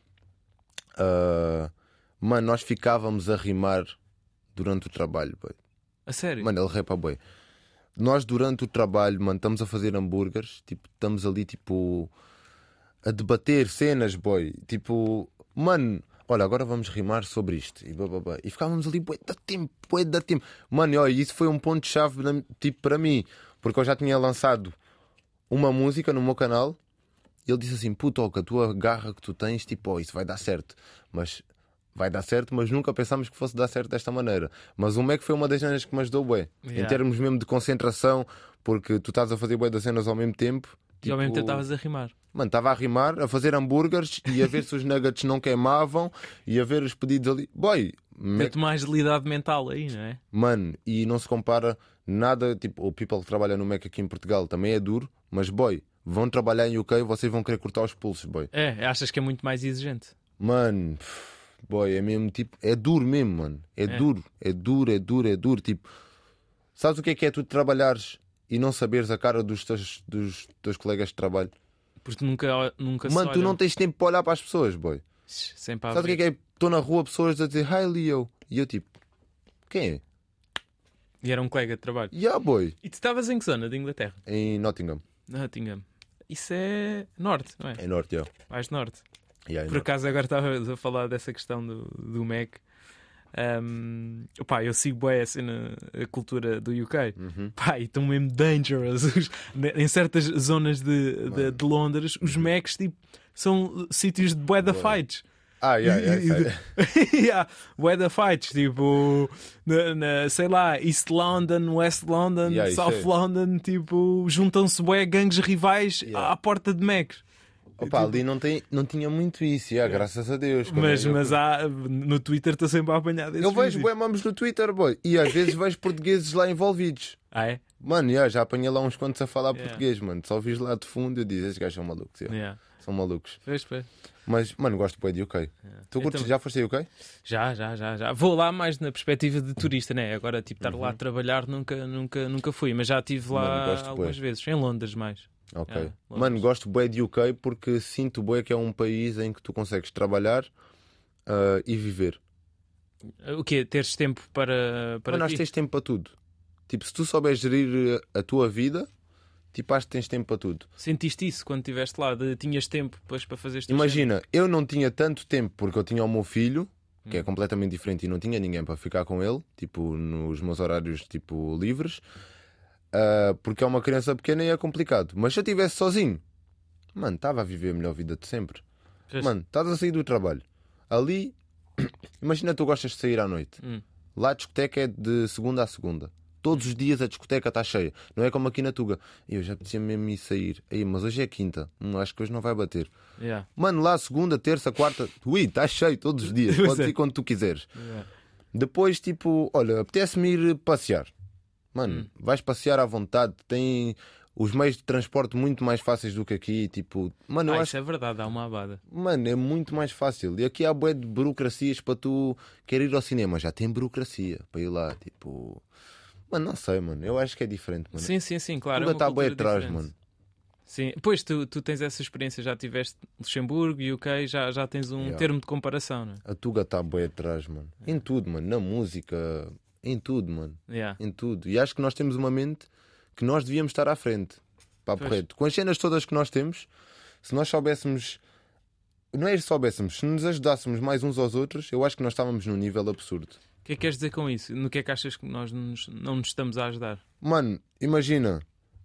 C: Mano, nós ficávamos a rimar durante o trabalho, boy.
B: A sério?
C: Mano, ele repa, boy. Nós durante o trabalho, mano, estamos a fazer hambúrgueres. Tipo, estamos ali, tipo, a debater cenas, boy. Tipo, mano, olha, agora vamos rimar sobre isto. E ficávamos ali, bué da tempo. Mano, e olha, isso foi um ponto-chave, tipo, para mim. Porque eu já tinha lançado uma música no meu canal e ele disse assim: puto, a tua garra que tu tens, tipo, isso vai dar certo. Mas vai dar certo, mas nunca pensámos que fosse dar certo desta maneira. Mas o Mac foi uma das cenas que me ajudou, bué. Em termos mesmo de concentração, porque tu estás a fazer bué das cenas ao mesmo tempo.
B: E ao mesmo tempo estavas a rimar.
C: Mano, estava a rimar, a fazer hambúrgueres e a ver se os nuggets não queimavam e a ver os pedidos ali. Boy,
B: muito mais agilidade mental aí, não é?
C: Mano, e não se compara nada. Tipo, o people que trabalha no Mac aqui em Portugal também é duro, mas boy, vão trabalhar em UK, vocês vão querer cortar os pulsos, boy.
B: Achas que é muito mais exigente?
C: Mano, boy, é mesmo tipo, é duro mesmo, mano. É duro. Tipo, sabes o que é tu trabalhares e não saberes a cara dos teus colegas de trabalho?
B: Porque nunca
C: Mano, tu não tens tempo para olhar para as pessoas, boy.
B: Sempre
C: sabes o que é? Estou na rua, pessoas a dizer Hi Leo. E eu tipo, quem é?
B: E era um colega de trabalho.
C: Boy.
B: E tu estavas em que zona de Inglaterra?
C: Em Nottingham.
B: Nottingham. Isso é norte, não é?
C: É norte,
B: Mais norte.
C: É
B: Por acaso agora estavas a falar dessa questão do Mac. Eu sigo bem a cultura do UK. E estão mesmo dangerous. Em certas zonas de Londres, os Macs tipo, são sítios de bué da fights. Bué da fights, tipo, sei lá, East London, West London, South London, tipo, juntam-se bué gangues rivais à porta de Macs.
C: Opa, ali não tinha muito isso, graças a Deus.
B: Mas no Twitter estou sempre a apanhar desses
C: Eu vejo bué mamos no Twitter, boy. E às vezes vejo portugueses lá envolvidos.
B: É?
C: Mano, já apanhei lá uns quantos a falar português, mano. Só vis lá de fundo e eu disse, estes gajos são malucos. São malucos.
B: Pois.
C: Mas, mano, gosto bué de UK. Tu curtes, já foste a UK?
B: Já. Vou lá mais na perspectiva de turista, né? Agora, tipo, estar lá a trabalhar nunca fui. Mas já estive lá algumas vezes. Em Londres mais.
C: Ok. Mano, gosto bué de UK porque sinto bué que é um país em que tu consegues trabalhar, e viver.
B: O quê? Teres tempo para
C: Mano, acho que tens tempo para tudo. Tipo, se tu souberes gerir a tua vida, tipo, acho que tens tempo para tudo.
B: Sentiste isso quando estiveste lá? Tinhas tempo depois para fazer isto?
C: Imagina, eu não tinha tanto tempo porque eu tinha o meu filho, que é completamente diferente, e não tinha ninguém para ficar com ele, tipo, nos meus horários tipo, livres, porque é uma criança pequena e é complicado. Mas se eu estivesse sozinho, mano, estava a viver a melhor vida de sempre. Mano, estás a sair do trabalho. Ali, imagina, tu gostas de sair à noite. Lá a discoteca é de segunda a segunda. Todos os dias a discoteca está cheia. Não é como aqui na Tuga. Eu já apetecia mesmo ir sair. Aí, mas hoje é quinta. Acho que hoje não vai bater.
B: Yeah.
C: Mano, lá segunda, terça, quarta. Ui, está cheio todos os dias. Podes ir quando tu quiseres.
B: Yeah.
C: Depois, tipo, olha, apetece-me ir passear. Mano, vais passear à vontade. Tem os meios de transporte muito mais fáceis do que aqui. Tipo, mano, eu acho...
B: Isso é verdade, dá uma abada.
C: Mano, é muito mais fácil. E aqui há bué de burocracias para tu querer ir ao cinema. Já tem burocracia para ir lá. Tipo, mano, não sei, mano. Eu acho que é diferente, mano.
B: Sim, claro.
C: Tudo está bué atrás, mano.
B: Sim, pois tu tens essa experiência, já tiveste Luxemburgo e UK, já tens um termo de comparação, não é?
C: A Tuga está bué atrás, mano. Em tudo, mano. Na música, em tudo, mano. Em tudo. E acho que nós temos uma mente que nós devíamos estar à frente. Papo reto. Com as cenas todas que nós temos, se nós soubéssemos, não é se soubéssemos, se nos ajudássemos mais uns aos outros, eu acho que nós estávamos num nível absurdo.
B: O que é que queres dizer com isso? No que é que achas que nós não nos estamos a ajudar?
C: Mano, imagina,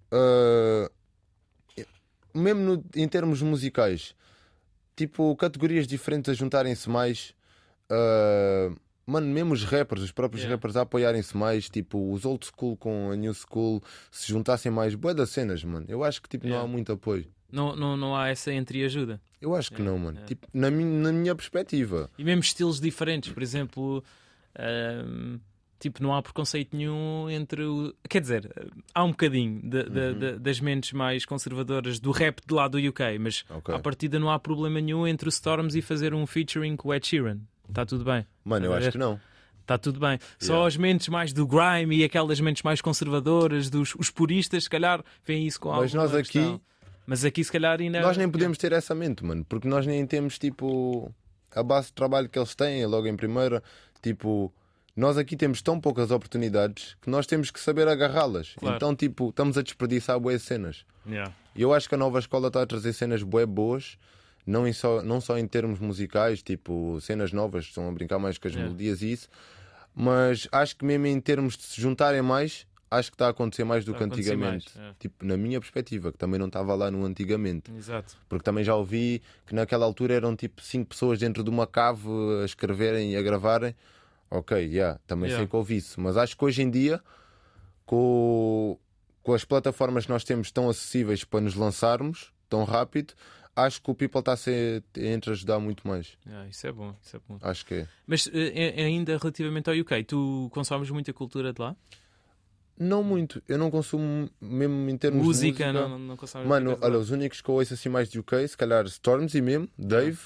C: mesmo em termos musicais, tipo, categorias diferentes a juntarem-se mais. Mano, mesmo os rappers, os próprios rappers a apoiarem-se mais, tipo, os old school com a new school, se juntassem mais, bué das cenas, mano. Eu acho que tipo, não há muito apoio.
B: Não há essa entreajuda.
C: Eu acho que não, mano. Tipo, na minha perspectiva.
B: E mesmo estilos diferentes, por exemplo, tipo, não há preconceito nenhum entre o... Quer dizer, há um bocadinho das mentes mais conservadoras do rap de lá do UK, mas à partida não há problema nenhum entre o Storms e fazer um featuring com o Ed Sheeran. Está tudo bem.
C: Mano, eu acho que não.
B: Está tudo bem. Só as mentes mais do grime e aquelas mentes mais conservadoras, os puristas, se calhar, veem isso com
C: Mas nós aqui...
B: questão. Mas aqui, se calhar, ainda...
C: Nós nem podemos ter essa mente, mano. Porque nós nem temos, tipo... A base de trabalho que eles têm, logo em primeira. Tipo... Nós aqui temos tão poucas oportunidades que nós temos que saber agarrá-las. Claro. Então, tipo, estamos a desperdiçar bué cenas. E eu acho que a nova escola está a trazer cenas bué boas. Não só em termos musicais, tipo, cenas novas, estão a brincar mais com as melodias e isso, mas acho que mesmo em termos de se juntarem mais, acho que está a acontecer mais do que antigamente. Tipo, na minha perspectiva, que também não estava lá no antigamente.
B: Exato.
C: Porque também já ouvi que naquela altura eram tipo 5 pessoas dentro de uma cave a escreverem e a gravarem. Ok, também sei que ouvi isso, mas acho que hoje em dia, com as plataformas que nós temos tão acessíveis para nos lançarmos tão rápido, acho que o People está a entreajudar muito mais.
B: Isso é bom.
C: Acho que é.
B: Mas ainda relativamente ao UK, tu consomes muita cultura de lá?
C: Não muito. Eu não consumo, mesmo em termos de música.
B: Não consumo.
C: Mano, olha, os únicos que eu ouço assim mais de UK, se calhar Stormzy mesmo, Dave.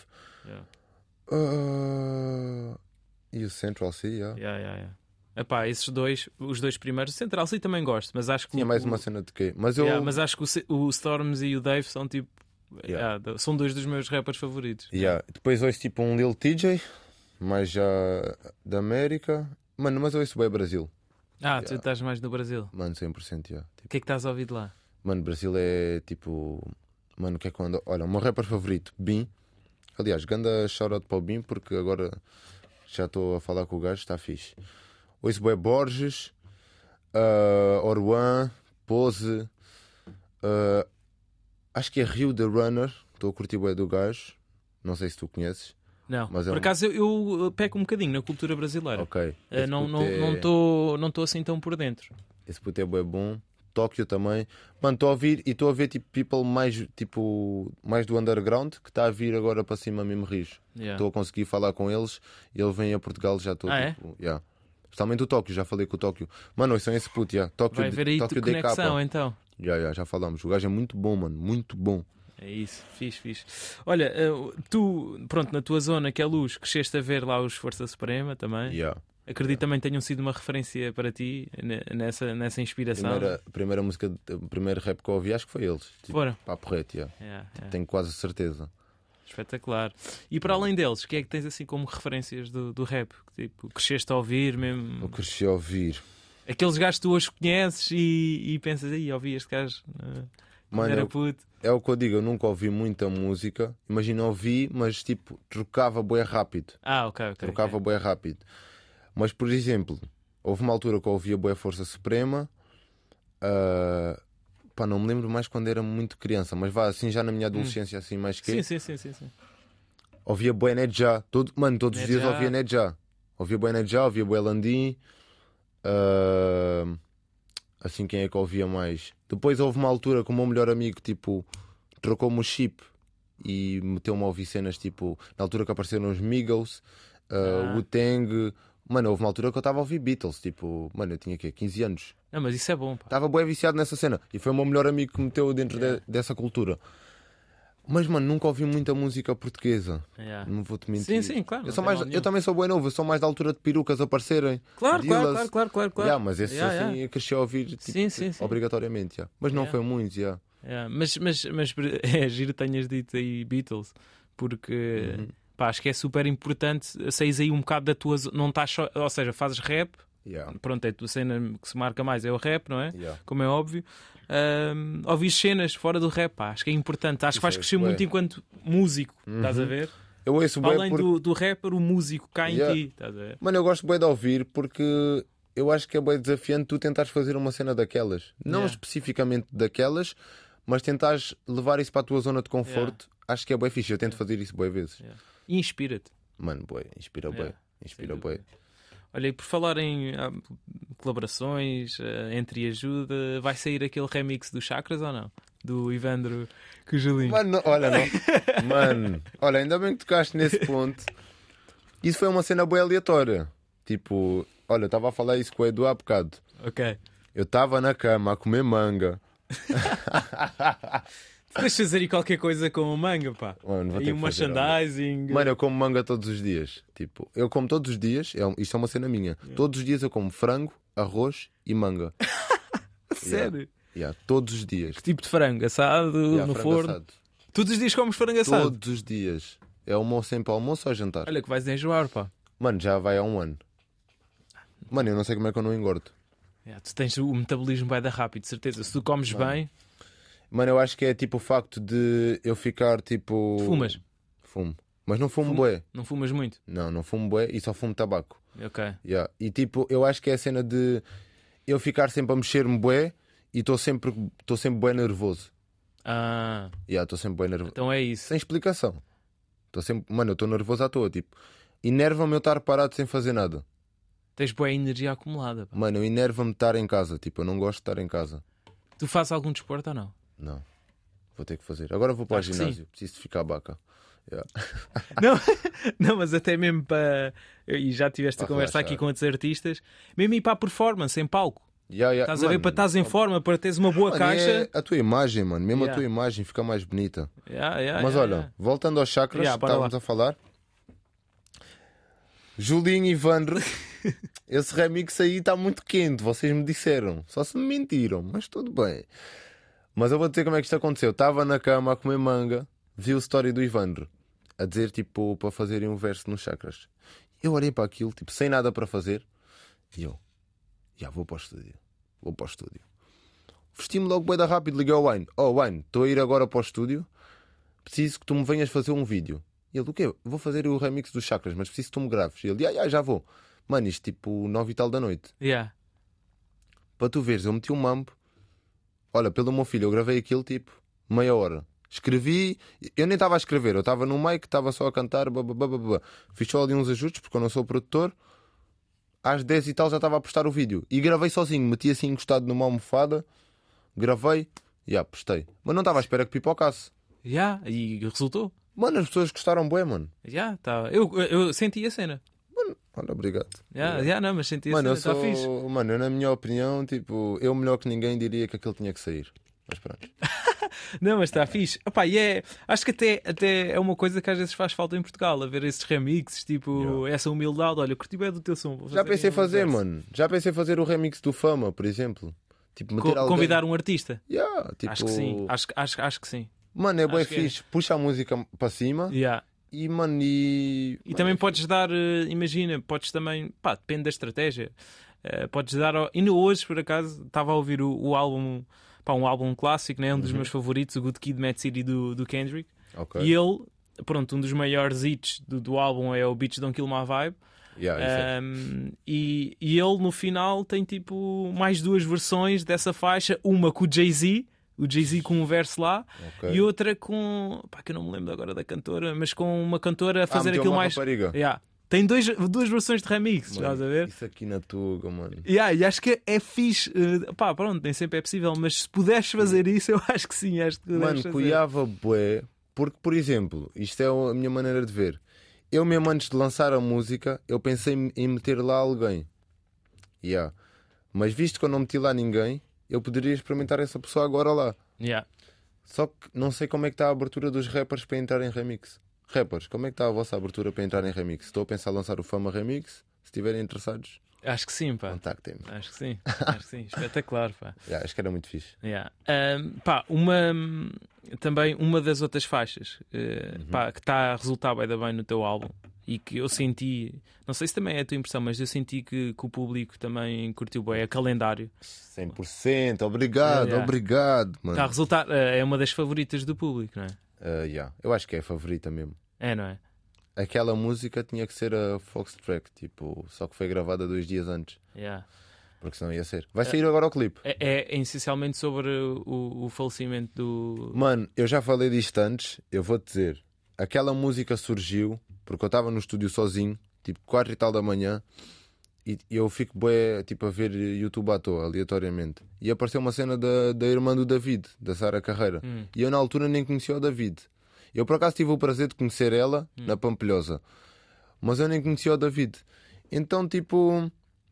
C: E o Central C,
B: Epá, esses dois, os dois primeiros, Central C também gosto, mas acho que...
C: Tinha mais uma cena de quê? Mas
B: acho que o Stormzy e o Dave são tipo... são dois dos meus rappers favoritos.
C: Depois ouço tipo um Lil TJ, mais já da América. Mano, mas ouço bem Brasil.
B: Tu estás mais no Brasil?
C: Mano, 100%.
B: O que é que estás a ouvir de lá?
C: Mano, Brasil é tipo... Mano, o que é que eu ando... Olha, o meu rapper favorito, Bim. Aliás, ganda shout-out para o Bim, porque agora já estou a falar com o gajo, está fixe. Ouço bem Borges, Orwan, Pose... acho que é Rio the Runner. Estou a curtir bué do gajo. Não sei se tu conheces.
B: Não, mas por acaso eu peco um bocadinho na cultura brasileira. Não estou assim tão por dentro.
C: Esse puto é bué bom. Tóquio também. Mano, estou a ouvir e estou a ver tipo people mais do underground que está a vir agora para cima mesmo rijo. Estou a conseguir falar com eles e ele vem a Portugal, já estou Especialmente o Tóquio, já falei com o Tóquio. Mano, são esse puto, Tóquio,
B: vai ver aí
C: Tóquio
B: conexão,
C: DK.
B: então.
C: Já falamos. O gajo é muito bom, mano. Muito bom.
B: É isso, fixe. Olha, tu, pronto, na tua zona, que é Luz, cresceste a ver lá os Força Suprema também. Acredito também tenham sido uma referência para ti nessa inspiração.
C: Primeira música, o primeiro rap que eu ouvi, acho que foi eles. Tipo,
B: Fora?
C: Papo reto, Tenho quase certeza.
B: Espetacular. E para além deles, o que é que tens assim como referências do rap? Tipo, cresceste a ouvir mesmo?
C: Eu cresci a ouvir.
B: Aqueles gajos que tu hoje conheces e pensas, aí, ouvi este gajo quando era puto.
C: É o que eu digo, eu nunca ouvi muita música. Imagina, ouvi, mas tipo, trocava bué rápido.
B: Ok.
C: Trocava bué rápido. Mas, por exemplo, houve uma altura que eu ouvia bué Força Suprema. Pá, não me lembro mais quando era muito criança, mas vá, assim já na minha adolescência, assim mais que...
B: Sim.
C: Ouvia bué Nedja. Mano, todos os dias
B: Nedja.
C: ouvia Nedja. Ouvia bué Nedja, ouvia bué Landim. Assim, quem é que ouvia mais? Depois houve uma altura que o meu melhor amigo, tipo, trocou-me o chip e meteu-me a ouvir cenas, tipo, na altura que apareceram os Migos, Wu-Tang. Mano, houve uma altura que eu estava a ouvir Beatles, tipo, mano, eu tinha aqui 15 anos.
B: Não, mas isso é bom, pá.
C: Estava bué viciado nessa cena e foi o meu melhor amigo que me meteu dentro dessa cultura. Mas, mano, nunca ouvi muita música portuguesa. Não vou-te mentir.
B: Sim, claro.
C: Eu também sou bué novo, eu sou mais da altura de perucas aparecerem.
B: Claro.
C: Mas esse assim eu cresci a ouvir tipo,
B: sim.
C: obrigatoriamente. Mas não foi muito.
B: Mas é giro tenhas dito aí Beatles, porque pá, acho que é super importante saís aí um bocado da tua zona, não estás só, ou seja, fazes rap. Pronto, é a tua cena que se marca mais é o rap, não é? Como é óbvio. Ouvir cenas fora do rap, pá, acho que é importante. Acho que vais crescer muito enquanto músico, estás a ver?
C: Eu ouço bué
B: além do rapper, o músico cá em ti, estás a ver?
C: Mano, eu gosto bué de ouvir porque eu acho que é bué desafiante tu tentares fazer uma cena daquelas. Não especificamente daquelas, mas tentares levar isso para a tua zona de conforto. Acho que é bué fixe. Eu tento fazer isso bué vezes.
B: E inspira-te.
C: Mano, bué, inspira bué. Inspira bué.
B: Olha, e por falar em colaborações, entre ajuda, vai sair aquele remix do Chakras ou não? Do Ivandro com o Julinho.
C: Mano, olha, não. Mano, olha, ainda bem que tocaste nesse ponto. Isso foi uma cena boa aleatória. Tipo, olha, eu estava a falar isso com o Edu há bocado.
B: Ok.
C: Eu estava na cama a comer manga.
B: Deixa fazer aí qualquer coisa com manga, pá.
C: Mano, vou ter
B: e
C: que
B: um
C: fazer,
B: merchandising.
C: Mano, eu como manga todos os dias. Tipo, eu como todos os dias. Isto é uma cena minha. Todos os dias eu como frango, arroz e manga.
B: Sério?
C: Todos os dias.
B: Que tipo de frango? Assado no
C: frango
B: forno?
C: assado.
B: Todos os dias comes frango assado?
C: Todos os dias. É sempre almoço ou jantar.
B: Olha que vais enjoar, pá.
C: Mano, já vai há um ano. Mano, eu não sei como é que eu não engordo.
B: Tu tens o metabolismo vai dar rápido, de certeza. Se tu comes bem...
C: Mano, eu acho que é tipo o facto de eu ficar tipo...
B: Fumas?
C: Fumo. Mas não fumo bué.
B: Não fumas muito?
C: Não fumo bué e só fumo tabaco.
B: Ok.
C: E tipo, eu acho que é a cena de eu ficar sempre a mexer-me bué e estou sempre bué nervoso. Estou sempre bué nervoso.
B: Então é isso.
C: Sem explicação. Mano, eu estou nervoso à toa, tipo. Enerva-me eu estar parado sem fazer nada.
B: Tens boa energia acumulada, pá.
C: Mano, enerva-me estar em casa. Tipo, eu não gosto de estar em casa.
B: Tu fazes algum desporto ou não?
C: Não. Vou ter que fazer. Agora vou para o ginásio. Preciso de ficar baca.
B: Não, mas até mesmo para... E já tiveste a conversa aqui com outros artistas. Mesmo ir para a performance, em palco. Estás a ver, para estás em forma, para teres uma boa caixa.
C: A tua imagem, mano. Mesmo a tua imagem fica mais bonita. Mas olha, voltando aos chakras, estávamos a falar. Julinho e Ivandro. Esse remix aí está muito quente. Vocês me disseram. Só se me mentiram, mas tudo bem. Mas eu vou dizer como é que isto aconteceu. Estava na cama a comer manga. Vi o story do Ivandro a dizer tipo para fazerem um verso nos chakras. Eu olhei para aquilo, tipo, sem nada para fazer. E eu, vou para o estúdio. Vesti-me logo bué da rápido, liguei ao Wayne. Wayne, estou a ir agora para o estúdio. Preciso que tu me venhas fazer um vídeo. E ele, o quê? Vou fazer o remix dos chakras, mas preciso que tu me graves. E ele, já vou. Mano, isto tipo 9 e tal da noite. Para tu veres, eu meti um mambo. Olha, pelo meu filho, eu gravei aquilo tipo meia hora. Escrevi, eu nem estava a escrever, eu estava no mic, estava só a cantar, fiz só ali uns ajustes porque eu não sou produtor. Às 10 e tal já estava a postar o vídeo e gravei sozinho, meti assim encostado numa almofada, gravei e postei. Mas não estava à espera que pipocasse.
B: E resultou.
C: Mano, as pessoas gostaram bué, mano.
B: Tá. Eu senti a cena.
C: Mano, olha, obrigado.
B: Não, mas senti a cena, está fixe.
C: Mano, eu, na minha opinião, tipo, eu melhor que ninguém diria que aquilo tinha que sair. Mas pronto.
B: Não, mas está fixe. Opa, acho que até é uma coisa que às vezes faz falta em Portugal, a ver esses remixes, tipo, essa humildade. Olha, curti bem do teu som.
C: Já pensei em fazer, mano. Já pensei em fazer o remix do Fama, por exemplo. Tipo, meter
B: convidar um artista.
C: Tipo...
B: Acho que sim. Acho que sim.
C: Mano, é bué
B: Acho que
C: fixe. Puxa a música para cima
B: Yeah.
C: e, mano, e
B: Também podes dar, imagina, podes também, pá, depende da estratégia. Podes dar, ainda hoje, por acaso, estava a ouvir o álbum, pá, um álbum clássico, né? Um dos meus favoritos, o Good Kid, Mad City do Kendrick.
C: Ok.
B: E ele, pronto, um dos maiores hits do álbum é o Bitch Don't Kill My Vibe.
C: Yeah, isso é.
B: E ele no final tem tipo mais 2 versões dessa faixa, uma com o Jay-Z, com um verso lá,
C: Ok.
B: e outra com, pá, que eu não me lembro agora da cantora, mas com uma cantora a fazer
C: meteu
B: aquilo
C: uma
B: mais.
C: rapariga.
B: Yeah. Tem 2 versões de remix,
C: Mano,
B: estás a ver?
C: isso aqui na Tuga, mano.
B: Yeah, e acho que é fixe. Pá, pronto, nem sempre é possível, mas se puderes fazer isso, eu acho que sim. Acho que deves
C: Mano,
B: fazer.
C: cuiava bué, porque, por exemplo, isto é a minha maneira de ver. Eu mesmo antes de lançar a música, eu pensei em meter lá alguém. Yeah. Mas visto que eu não meti lá ninguém, eu poderia experimentar essa pessoa agora lá.
B: Yeah.
C: Só que não sei como é que está a abertura dos rappers para entrar em remix. Rappers, como é que está a vossa abertura para entrar em remix? Estou a pensar em lançar o Fama Remix. Se estiverem interessados,
B: Acho que sim, pá.
C: contactem-me.
B: Acho que sim. Acho que sim. Espetacular, pá.
C: Yeah, acho que era muito fixe.
B: Yeah. Pá, também uma das outras faixas pá, que está a resultar bem no teu álbum e que eu senti, não sei se também é a tua impressão, mas eu senti que o público também curtiu bem, é Calendário.
C: 100%, obrigado,
B: Yeah.
C: obrigado, mano.
B: Está a resultar, é uma das favoritas do público, não é?
C: Yeah. Eu acho que é a favorita mesmo.
B: É, não é?
C: Aquela música tinha que ser a Fox Track, tipo, só que foi gravada 2 dias antes,
B: Yeah.
C: porque senão ia ser. Vai sair agora o clipe.
B: É essencialmente sobre o falecimento do.
C: Mano, eu já falei disto antes, eu vou-te dizer. Aquela música surgiu porque eu estava no estúdio sozinho, tipo 4 e tal da manhã, e eu fico bué, tipo, a ver YouTube à toa, aleatoriamente. E apareceu uma cena da irmã do David, da Sara Carreira. E eu na altura nem conhecia o David. Eu por acaso tive o prazer de conhecer ela na Pampilhosa, mas eu nem conhecia o David. Então, tipo,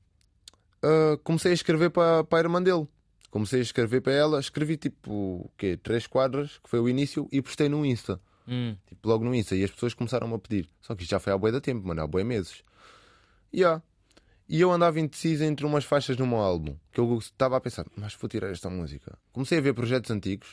C: comecei a escrever para a irmã dele. Comecei a escrever para ela, escrevi tipo o quê? 3 quadras, que foi o início, e postei no Insta. Tipo, logo no Insta. E as pessoas começaram a pedir. Só que isto já foi há bué da tempo, mano, há bué meses. Yeah. E eu andava indeciso entre umas faixas no meu álbum, que eu estava a pensar, mas vou tirar esta música. Comecei a ver projetos antigos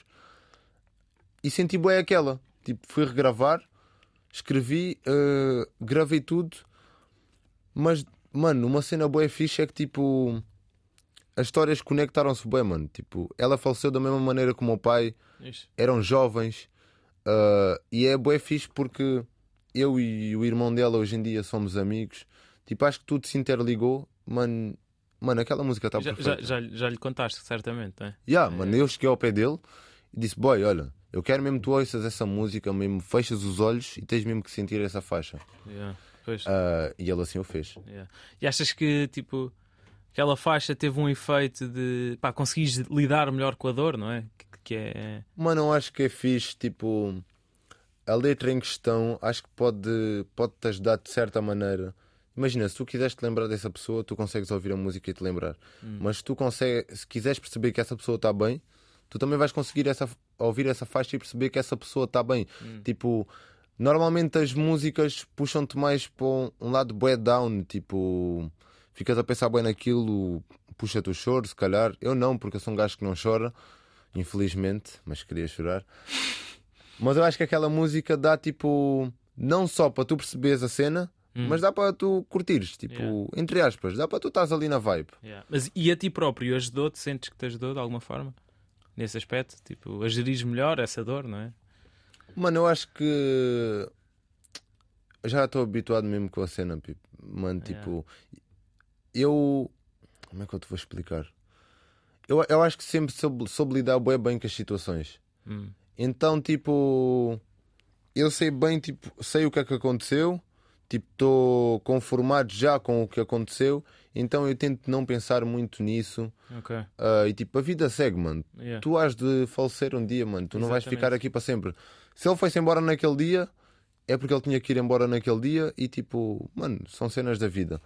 C: e senti bué aquela. Tipo, fui regravar, escrevi, gravei tudo. Mas, mano, uma cena bué fixe é que tipo, as histórias conectaram-se bué, mano. Tipo, ela faleceu da mesma maneira que o meu pai.
B: Isso.
C: Eram jovens. E é bué fixe porque eu e o irmão dela hoje em dia somos amigos. Tipo, acho que tudo se interligou. Mano, aquela música está perfeita.
B: Já lhe contaste, certamente, não é?
C: Mano, eu cheguei ao pé dele e disse: boy, olha, eu quero mesmo que tu ouças essa música, mesmo fechas os olhos e tens mesmo que sentir essa faixa.
B: Yeah. Pois.
C: E ele assim o fez.
B: Yeah. E achas que tipo aquela faixa teve um efeito de pá, conseguires lidar melhor com a dor, não é? Que é.
C: Mano, eu acho que é fixe, tipo, a letra em questão acho que pode-te ajudar de certa maneira. Imagina, se tu quiseres te lembrar dessa pessoa, tu consegues ouvir a música e te lembrar. Mas se quiseres perceber que essa pessoa está bem, tu também vais conseguir ouvir essa faixa e perceber que essa pessoa está bem. Tipo, normalmente as músicas puxam-te mais para um lado bué down, tipo, ficas a pensar bem naquilo, puxa-te o choro, se calhar. Eu não, porque eu sou um gajo que não chora, infelizmente, mas queria chorar. Mas eu acho que aquela música dá tipo, não só para tu perceberes a cena, mas dá para tu curtires, tipo, entre aspas, dá para tu estás ali na vibe.
B: Mas e a ti próprio ajudou-te? Sentes que te ajudou de alguma forma? Nesse aspecto? Tipo, a gerires melhor essa dor, não é?
C: Mano, eu acho que já estou habituado mesmo com a cena, tipo. Mano, tipo, eu. Como é que eu te vou explicar? Eu acho que sempre soube lidar bem com as situações. Então, tipo, eu sei bem, tipo, sei o que é que aconteceu, tipo, estou conformado já com o que aconteceu, então eu tento não pensar muito nisso.
B: Okay.
C: E tipo, a vida segue, mano. Tu has de falecer um dia, mano. Tu não vais ficar aqui para sempre. Se ele foi-se embora naquele dia, é porque ele tinha que ir embora naquele dia. E tipo, mano, são cenas da vida.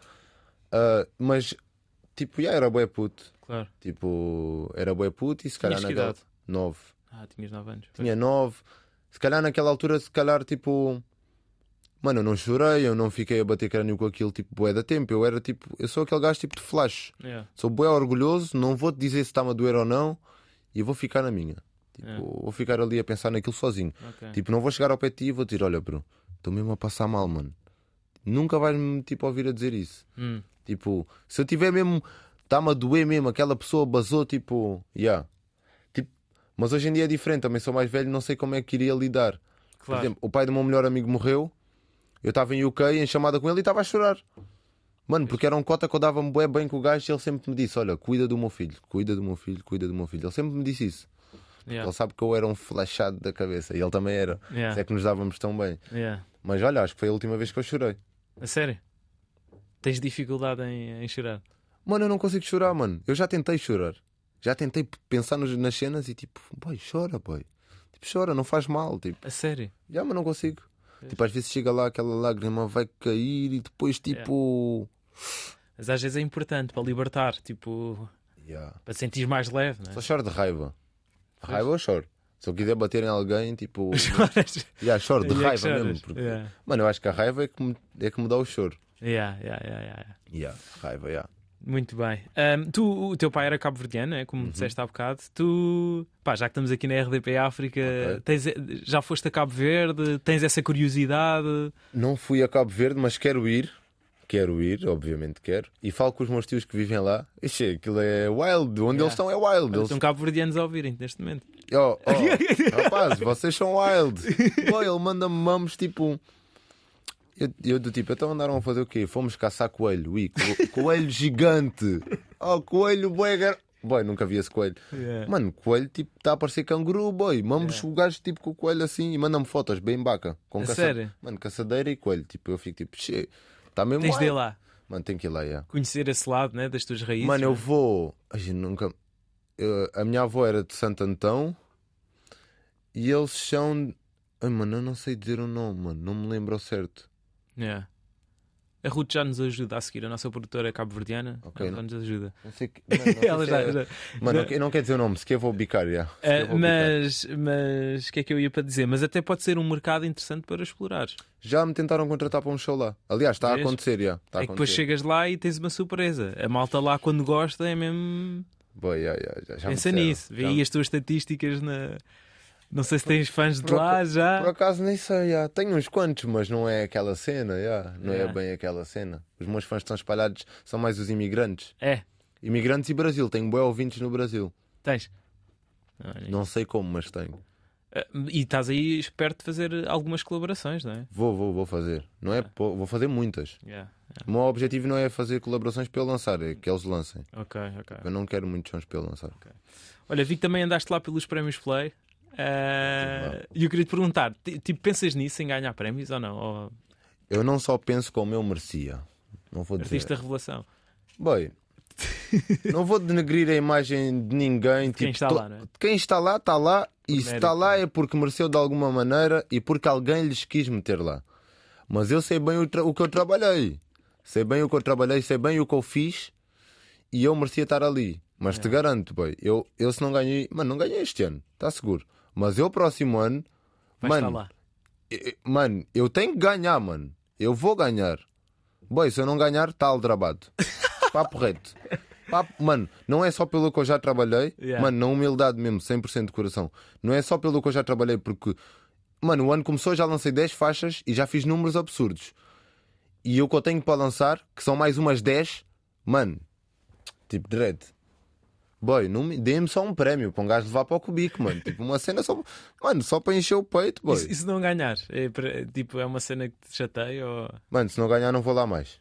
C: Mas tipo, era bué puto.
B: Claro.
C: Tipo, era bué puto e se calhar
B: Tinhas que
C: naquela...
B: idade?
C: 9.
B: Tinhas 9 anos.
C: Tinha 9. Se calhar naquela altura, se calhar tipo... Mano, eu não chorei, eu não fiquei a bater crânio com aquilo tipo bué da tempo. Eu era tipo, eu sou aquele gajo tipo de flash. Sou bué orgulhoso, não vou-te dizer se está-me a doer ou não e vou ficar na minha. Tipo, vou ficar ali a pensar naquilo sozinho.
B: Ok.
C: Tipo, não vou chegar ao pé de ti e vou dizer: olha, bro, estou mesmo a passar mal, mano. Nunca vais-me tipo, ouvir a dizer isso. Tipo, se eu tiver mesmo, está-me a doer mesmo, aquela pessoa basou, tipo, tipo, mas hoje em dia é diferente, também sou mais velho, não sei como é que iria lidar. Por
B: Claro.
C: exemplo, o pai do meu melhor amigo morreu, eu estava em UK em chamada com ele e estava a chorar. Mano, porque era um cota que eu dava-me bué bem com o gajo e ele sempre me disse: olha, cuida do meu filho, cuida do meu filho, cuida do meu filho. Ele sempre me disse isso.
B: Yeah.
C: Ele sabe que eu era um flashado da cabeça e ele também era.
B: Yeah.
C: Isso é que nos dávamos tão bem.
B: Yeah.
C: Mas olha, acho que foi a última vez que eu chorei.
B: A sério? Tens dificuldade em chorar?
C: Mano, eu não consigo chorar, mano. Eu já tentei chorar. Já tentei pensar nas cenas e tipo, boy, chora, boy. Tipo, chora, não faz mal. Tipo,
B: A sério?
C: já, mas não consigo. Tipo, às vezes chega lá, aquela lágrima vai cair e depois, tipo.
B: Mas às vezes é importante para libertar, tipo, para te sentir mais leve, não é?
C: Só choro de raiva. De raiva eu choro. Se eu quiser bater em alguém, tipo.
B: Choras.
C: Choro de
B: E é que
C: raiva
B: choras.
C: mesmo. Porque...
B: Yeah.
C: Mano, eu acho que a raiva é que me dá o choro.
B: Yeah.
C: Raiva.
B: Muito bem. O teu pai era cabo-verdiano, é? Como disseste há bocado. Pá, já que estamos aqui na RDP África, já foste a Cabo Verde? Tens essa curiosidade?
C: Não fui a Cabo Verde, mas quero ir. Quero ir, obviamente quero. E falo com os meus tios que vivem lá. Ixi, aquilo é wild. Onde eles estão é wild.
B: Estão cabo-verdianos a ouvirem neste momento.
C: Rapaz, vocês são wild. Boy, ele manda-me mamos tipo. Eu do tipo, então andaram a fazer o quê? Fomos caçar coelho. Coelho gigante. Coelho bué. Boy, nunca vi esse coelho. Mano, coelho tipo está a parecer canguru, boy. Mamos o gajo tipo com o coelho assim e manda-me fotos bem baca. Com
B: sério?
C: Mano, caçadeira e coelho. Tipo, eu fico tipo, está mesmo.
B: Tens de ir lá.
C: Mano, tem que ir lá,
B: Conhecer esse lado, né, das tuas raízes.
C: Mano, eu
B: né?
C: vou. A gente nunca. A minha avó era de Santo Antão e eles são. Ai, mano, eu não sei dizer o nome, mano. Não me lembro ao certo.
B: Yeah. A Ruth já nos ajuda a seguir, a nossa produtora cabo-verdiana.
C: Ok.
B: Ela nos ajuda.
C: Não sei que. Mano, não sei
B: Ela
C: se
B: já.
C: Mano, eu não quero dizer o nome, se quer vou bicar, já.
B: Mas o que é que eu ia para dizer? Mas até pode ser um mercado interessante para explorar.
C: Já me tentaram contratar para um show lá. Aliás, está a
B: Vês?
C: acontecer, já. Está a
B: É que depois
C: acontecer.
B: chegas lá e tens uma surpresa. A malta lá, quando gosta, é mesmo.
C: Boy, já me
B: Pensa
C: disseram.
B: nisso. Vê aí as tuas estatísticas na. Não sei se tens fãs de
C: Por
B: lá já.
C: Por acaso nem sei, já. Tenho uns quantos, mas não é aquela cena, já. Não
B: Yeah.
C: é bem aquela cena. Os meus fãs estão espalhados, são mais os imigrantes.
B: É,
C: Imigrantes e Brasil, tenho bué ouvintes no Brasil.
B: tens. Olha.
C: Não sei como, mas tenho.
B: E estás aí esperto de fazer algumas colaborações, não é?
C: Vou fazer. Não é, vou fazer muitas.
B: Yeah.
C: O meu objetivo não é fazer colaborações para eu lançar, é que eles lancem.
B: Ok.
C: Eu não quero muitos sons para eu lançar.
B: Olha, vi que também andaste lá pelos prémios Play. E eu queria te perguntar: tipo, pensas nisso em ganhar prémios ou não? Ou
C: Eu não só penso como eu merecia. Não vou dizer.
B: artista revelação?
C: Boy, não vou denegrir a imagem de ninguém.
B: Quem está lá, não é?
C: Quem está lá, está lá. E se
B: mérito,
C: está lá é porque mereceu de alguma maneira e porque alguém lhes quis meter lá. Mas eu sei bem o que eu trabalhei. Sei bem o que eu trabalhei, sei bem o que eu fiz e eu merecia estar ali. Mas te garanto, boy, eu se não ganhei. Mano, não ganhei este ano, está seguro. Mas eu próximo ano.
B: Vais estar lá.
C: Mano, eu tenho que ganhar, mano. Eu vou ganhar. Boy, se eu não ganhar, está aldrabado. Papo reto. Mano, não é só pelo que eu já trabalhei.
B: Yeah.
C: Mano, na humildade mesmo, 100% de coração. Não é só pelo que eu já trabalhei, porque, mano, o ano começou, já lancei 10 faixas e já fiz números absurdos. E o que eu tenho para lançar, que são mais umas 10, mano, tipo, direto. Boy, dê-me só um prémio para um gajo levar para o cubico, mano. Tipo, uma cena só. Mano, só para encher o peito, boy.
B: E se não ganhar? Tipo, é uma cena que te chateia? Ou...
C: Mano, se não ganhar, não vou lá mais.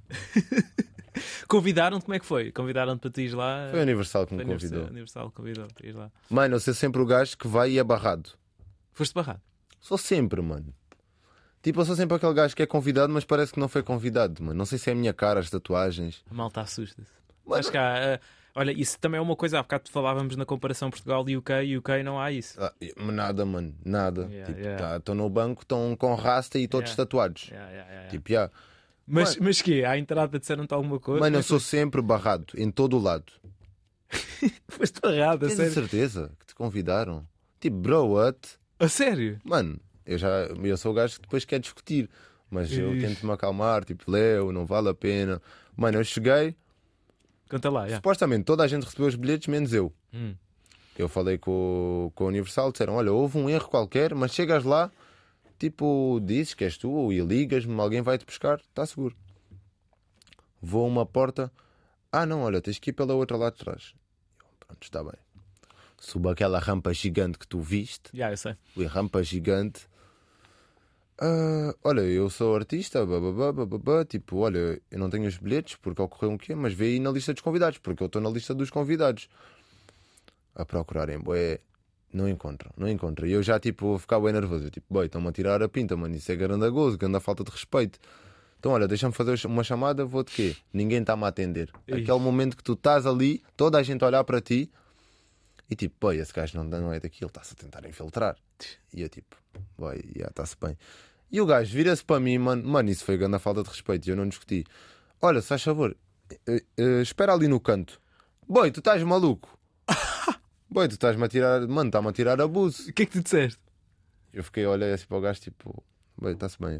B: Convidaram-te? Como é que foi? Convidaram-te para tu ires lá?
C: Foi a Universal que me
B: Foi
C: convidou.
B: Universal convidou-te para ir lá.
C: Mano, eu sou sempre o gajo que vai e é barrado.
B: Foste barrado?
C: Sou sempre, mano. Tipo, eu sou sempre aquele gajo que é convidado, mas parece que não foi convidado, mano. Não sei se é a minha cara, as tatuagens.
B: A malta assusta-se.
C: Mano,
B: Acho que há, olha, isso também é uma coisa. Há bocado falávamos na comparação Portugal e UK não há isso.
C: nada, mano, nada.
B: Yeah,
C: Tipo,
B: yeah.
C: estão no banco, estão com rasta e todos
B: Yeah.
C: tatuados.
B: Yeah.
C: Tipo, yeah.
B: Mas que à entrada disseram-te alguma coisa?
C: Mano, eu
B: Mas
C: sou sempre barrado, em todo o lado.
B: foste barrado, a
C: Tens a
B: sério?
C: certeza que te convidaram? Tipo, bro, what?
B: A sério?
C: Mano, eu sou o gajo que depois quer discutir. Mas eu
B: Ixi.
C: tento me acalmar, tipo, Leo, não vale a pena. Mano, eu cheguei,
B: Conta lá, yeah.
C: supostamente toda a gente recebeu os bilhetes, menos eu. Eu falei com a Universal, disseram, olha, houve um erro qualquer, mas chegas lá, tipo, dizes que és tu e ligas-me, alguém vai-te buscar, está seguro. Vou a uma porta, não, olha, tens que ir pela outra lá de trás. Pronto, está bem. Subo aquela rampa gigante que tu viste.
B: Eu sei.
C: A rampa gigante. Olha, eu sou artista, tipo, olha, eu não tenho os bilhetes porque ocorreu um quê, mas vê aí na lista dos convidados, porque eu estou na lista dos convidados. A procurarem, boé, não encontram. E eu já, tipo, vou ficar bem nervoso. Eu, tipo, boy, estão-me a tirar a pinta, mano, isso é grande gozo, grande falta de respeito. Então, olha, deixa-me fazer uma chamada, vou de quê? Ninguém está-me a atender. Aquele momento que tu estás ali, toda a gente a olhar para ti e tipo, boy, esse gajo não é daqui, ele está-se a tentar infiltrar. E eu, tipo, boy, está-se bem. E o gajo vira-se para mim, mano, isso foi grande falta de respeito e eu não discuti. Olha, se faz favor, espera ali no canto. Boy, tu estás maluco? Boy, tu estás-me a tirar, mano, está-me a tirar abuso.
B: O que é que tu disseste?
C: Eu fiquei, olhei assim para o gajo, tipo, boy, está-se bem,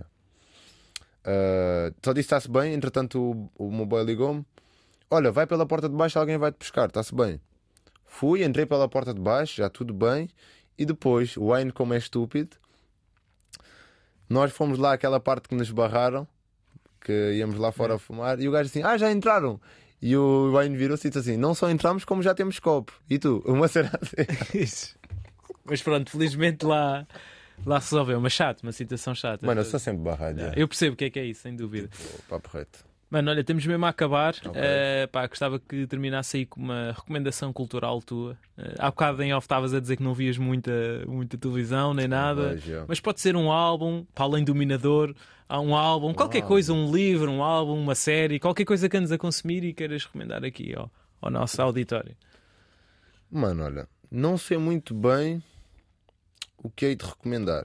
C: só disse está-se bem, entretanto o meu boy ligou-me. Olha, vai pela porta de baixo, alguém vai-te buscar, está-se bem. Fui, entrei pela porta de baixo, já tudo bem. E depois, o Wayne, como é estúpido, nós fomos lá àquela parte que nos barraram, que íamos lá fora a fumar, e o gajo assim, já entraram. E o Wayne virou-se e disse assim, não só entramos como já temos copo. E tu? Uma cena assim.
B: Mas pronto, felizmente lá resolveu, mas chato, uma situação chata.
C: Mano, eu sou sempre barrado.
B: Eu percebo o que é isso, sem dúvida.
C: Papo reto.
B: Mano, olha, temos mesmo a acabar. Gostava que terminasse aí com uma recomendação cultural tua. Há bocado em off estavas a dizer que não vias muita televisão nem nada. Mas pode ser um álbum, para além do Minador, há um álbum, qualquer coisa, um livro, um álbum, uma série, qualquer coisa que andes a consumir e queiras recomendar aqui ao nosso auditório.
C: Mano, olha, não sei muito bem o que hei de recomendar.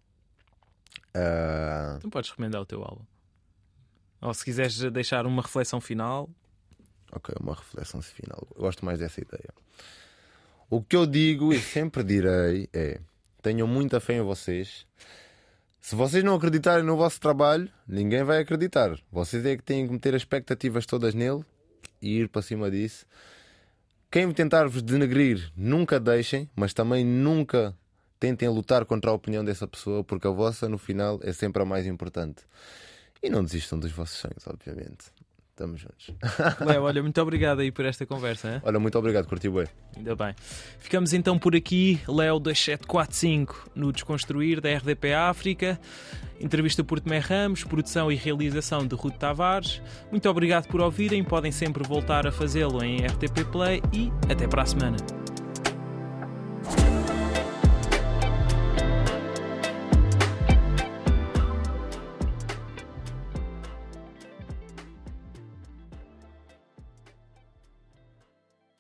B: Tu podes recomendar o teu álbum. Ou se quiseres deixar uma reflexão final.
C: Ok, uma reflexão final. Eu gosto mais dessa ideia. O que eu digo e sempre direi é: tenham muita fé em vocês. Se vocês não acreditarem no vosso trabalho, ninguém vai acreditar. Vocês é que têm que meter as expectativas todas nele e ir para cima disso. Quem tentar vos denegrir, nunca deixem, mas também nunca tentem lutar contra a opinião dessa pessoa, porque a vossa, no final, é sempre a mais importante. E não desistam dos vossos sonhos, obviamente. Estamos juntos.
B: Léo, olha, muito obrigado aí por esta conversa. Hein?
C: Olha, muito obrigado, curti bem.
B: Ainda bem. Ficamos então por aqui. Léo 2745 no Desconstruir da RDP África. Entrevista por Tomé Ramos, produção e realização de Ruth Tavares. Muito obrigado por ouvirem. Podem sempre voltar a fazê-lo em RTP Play e até para a semana.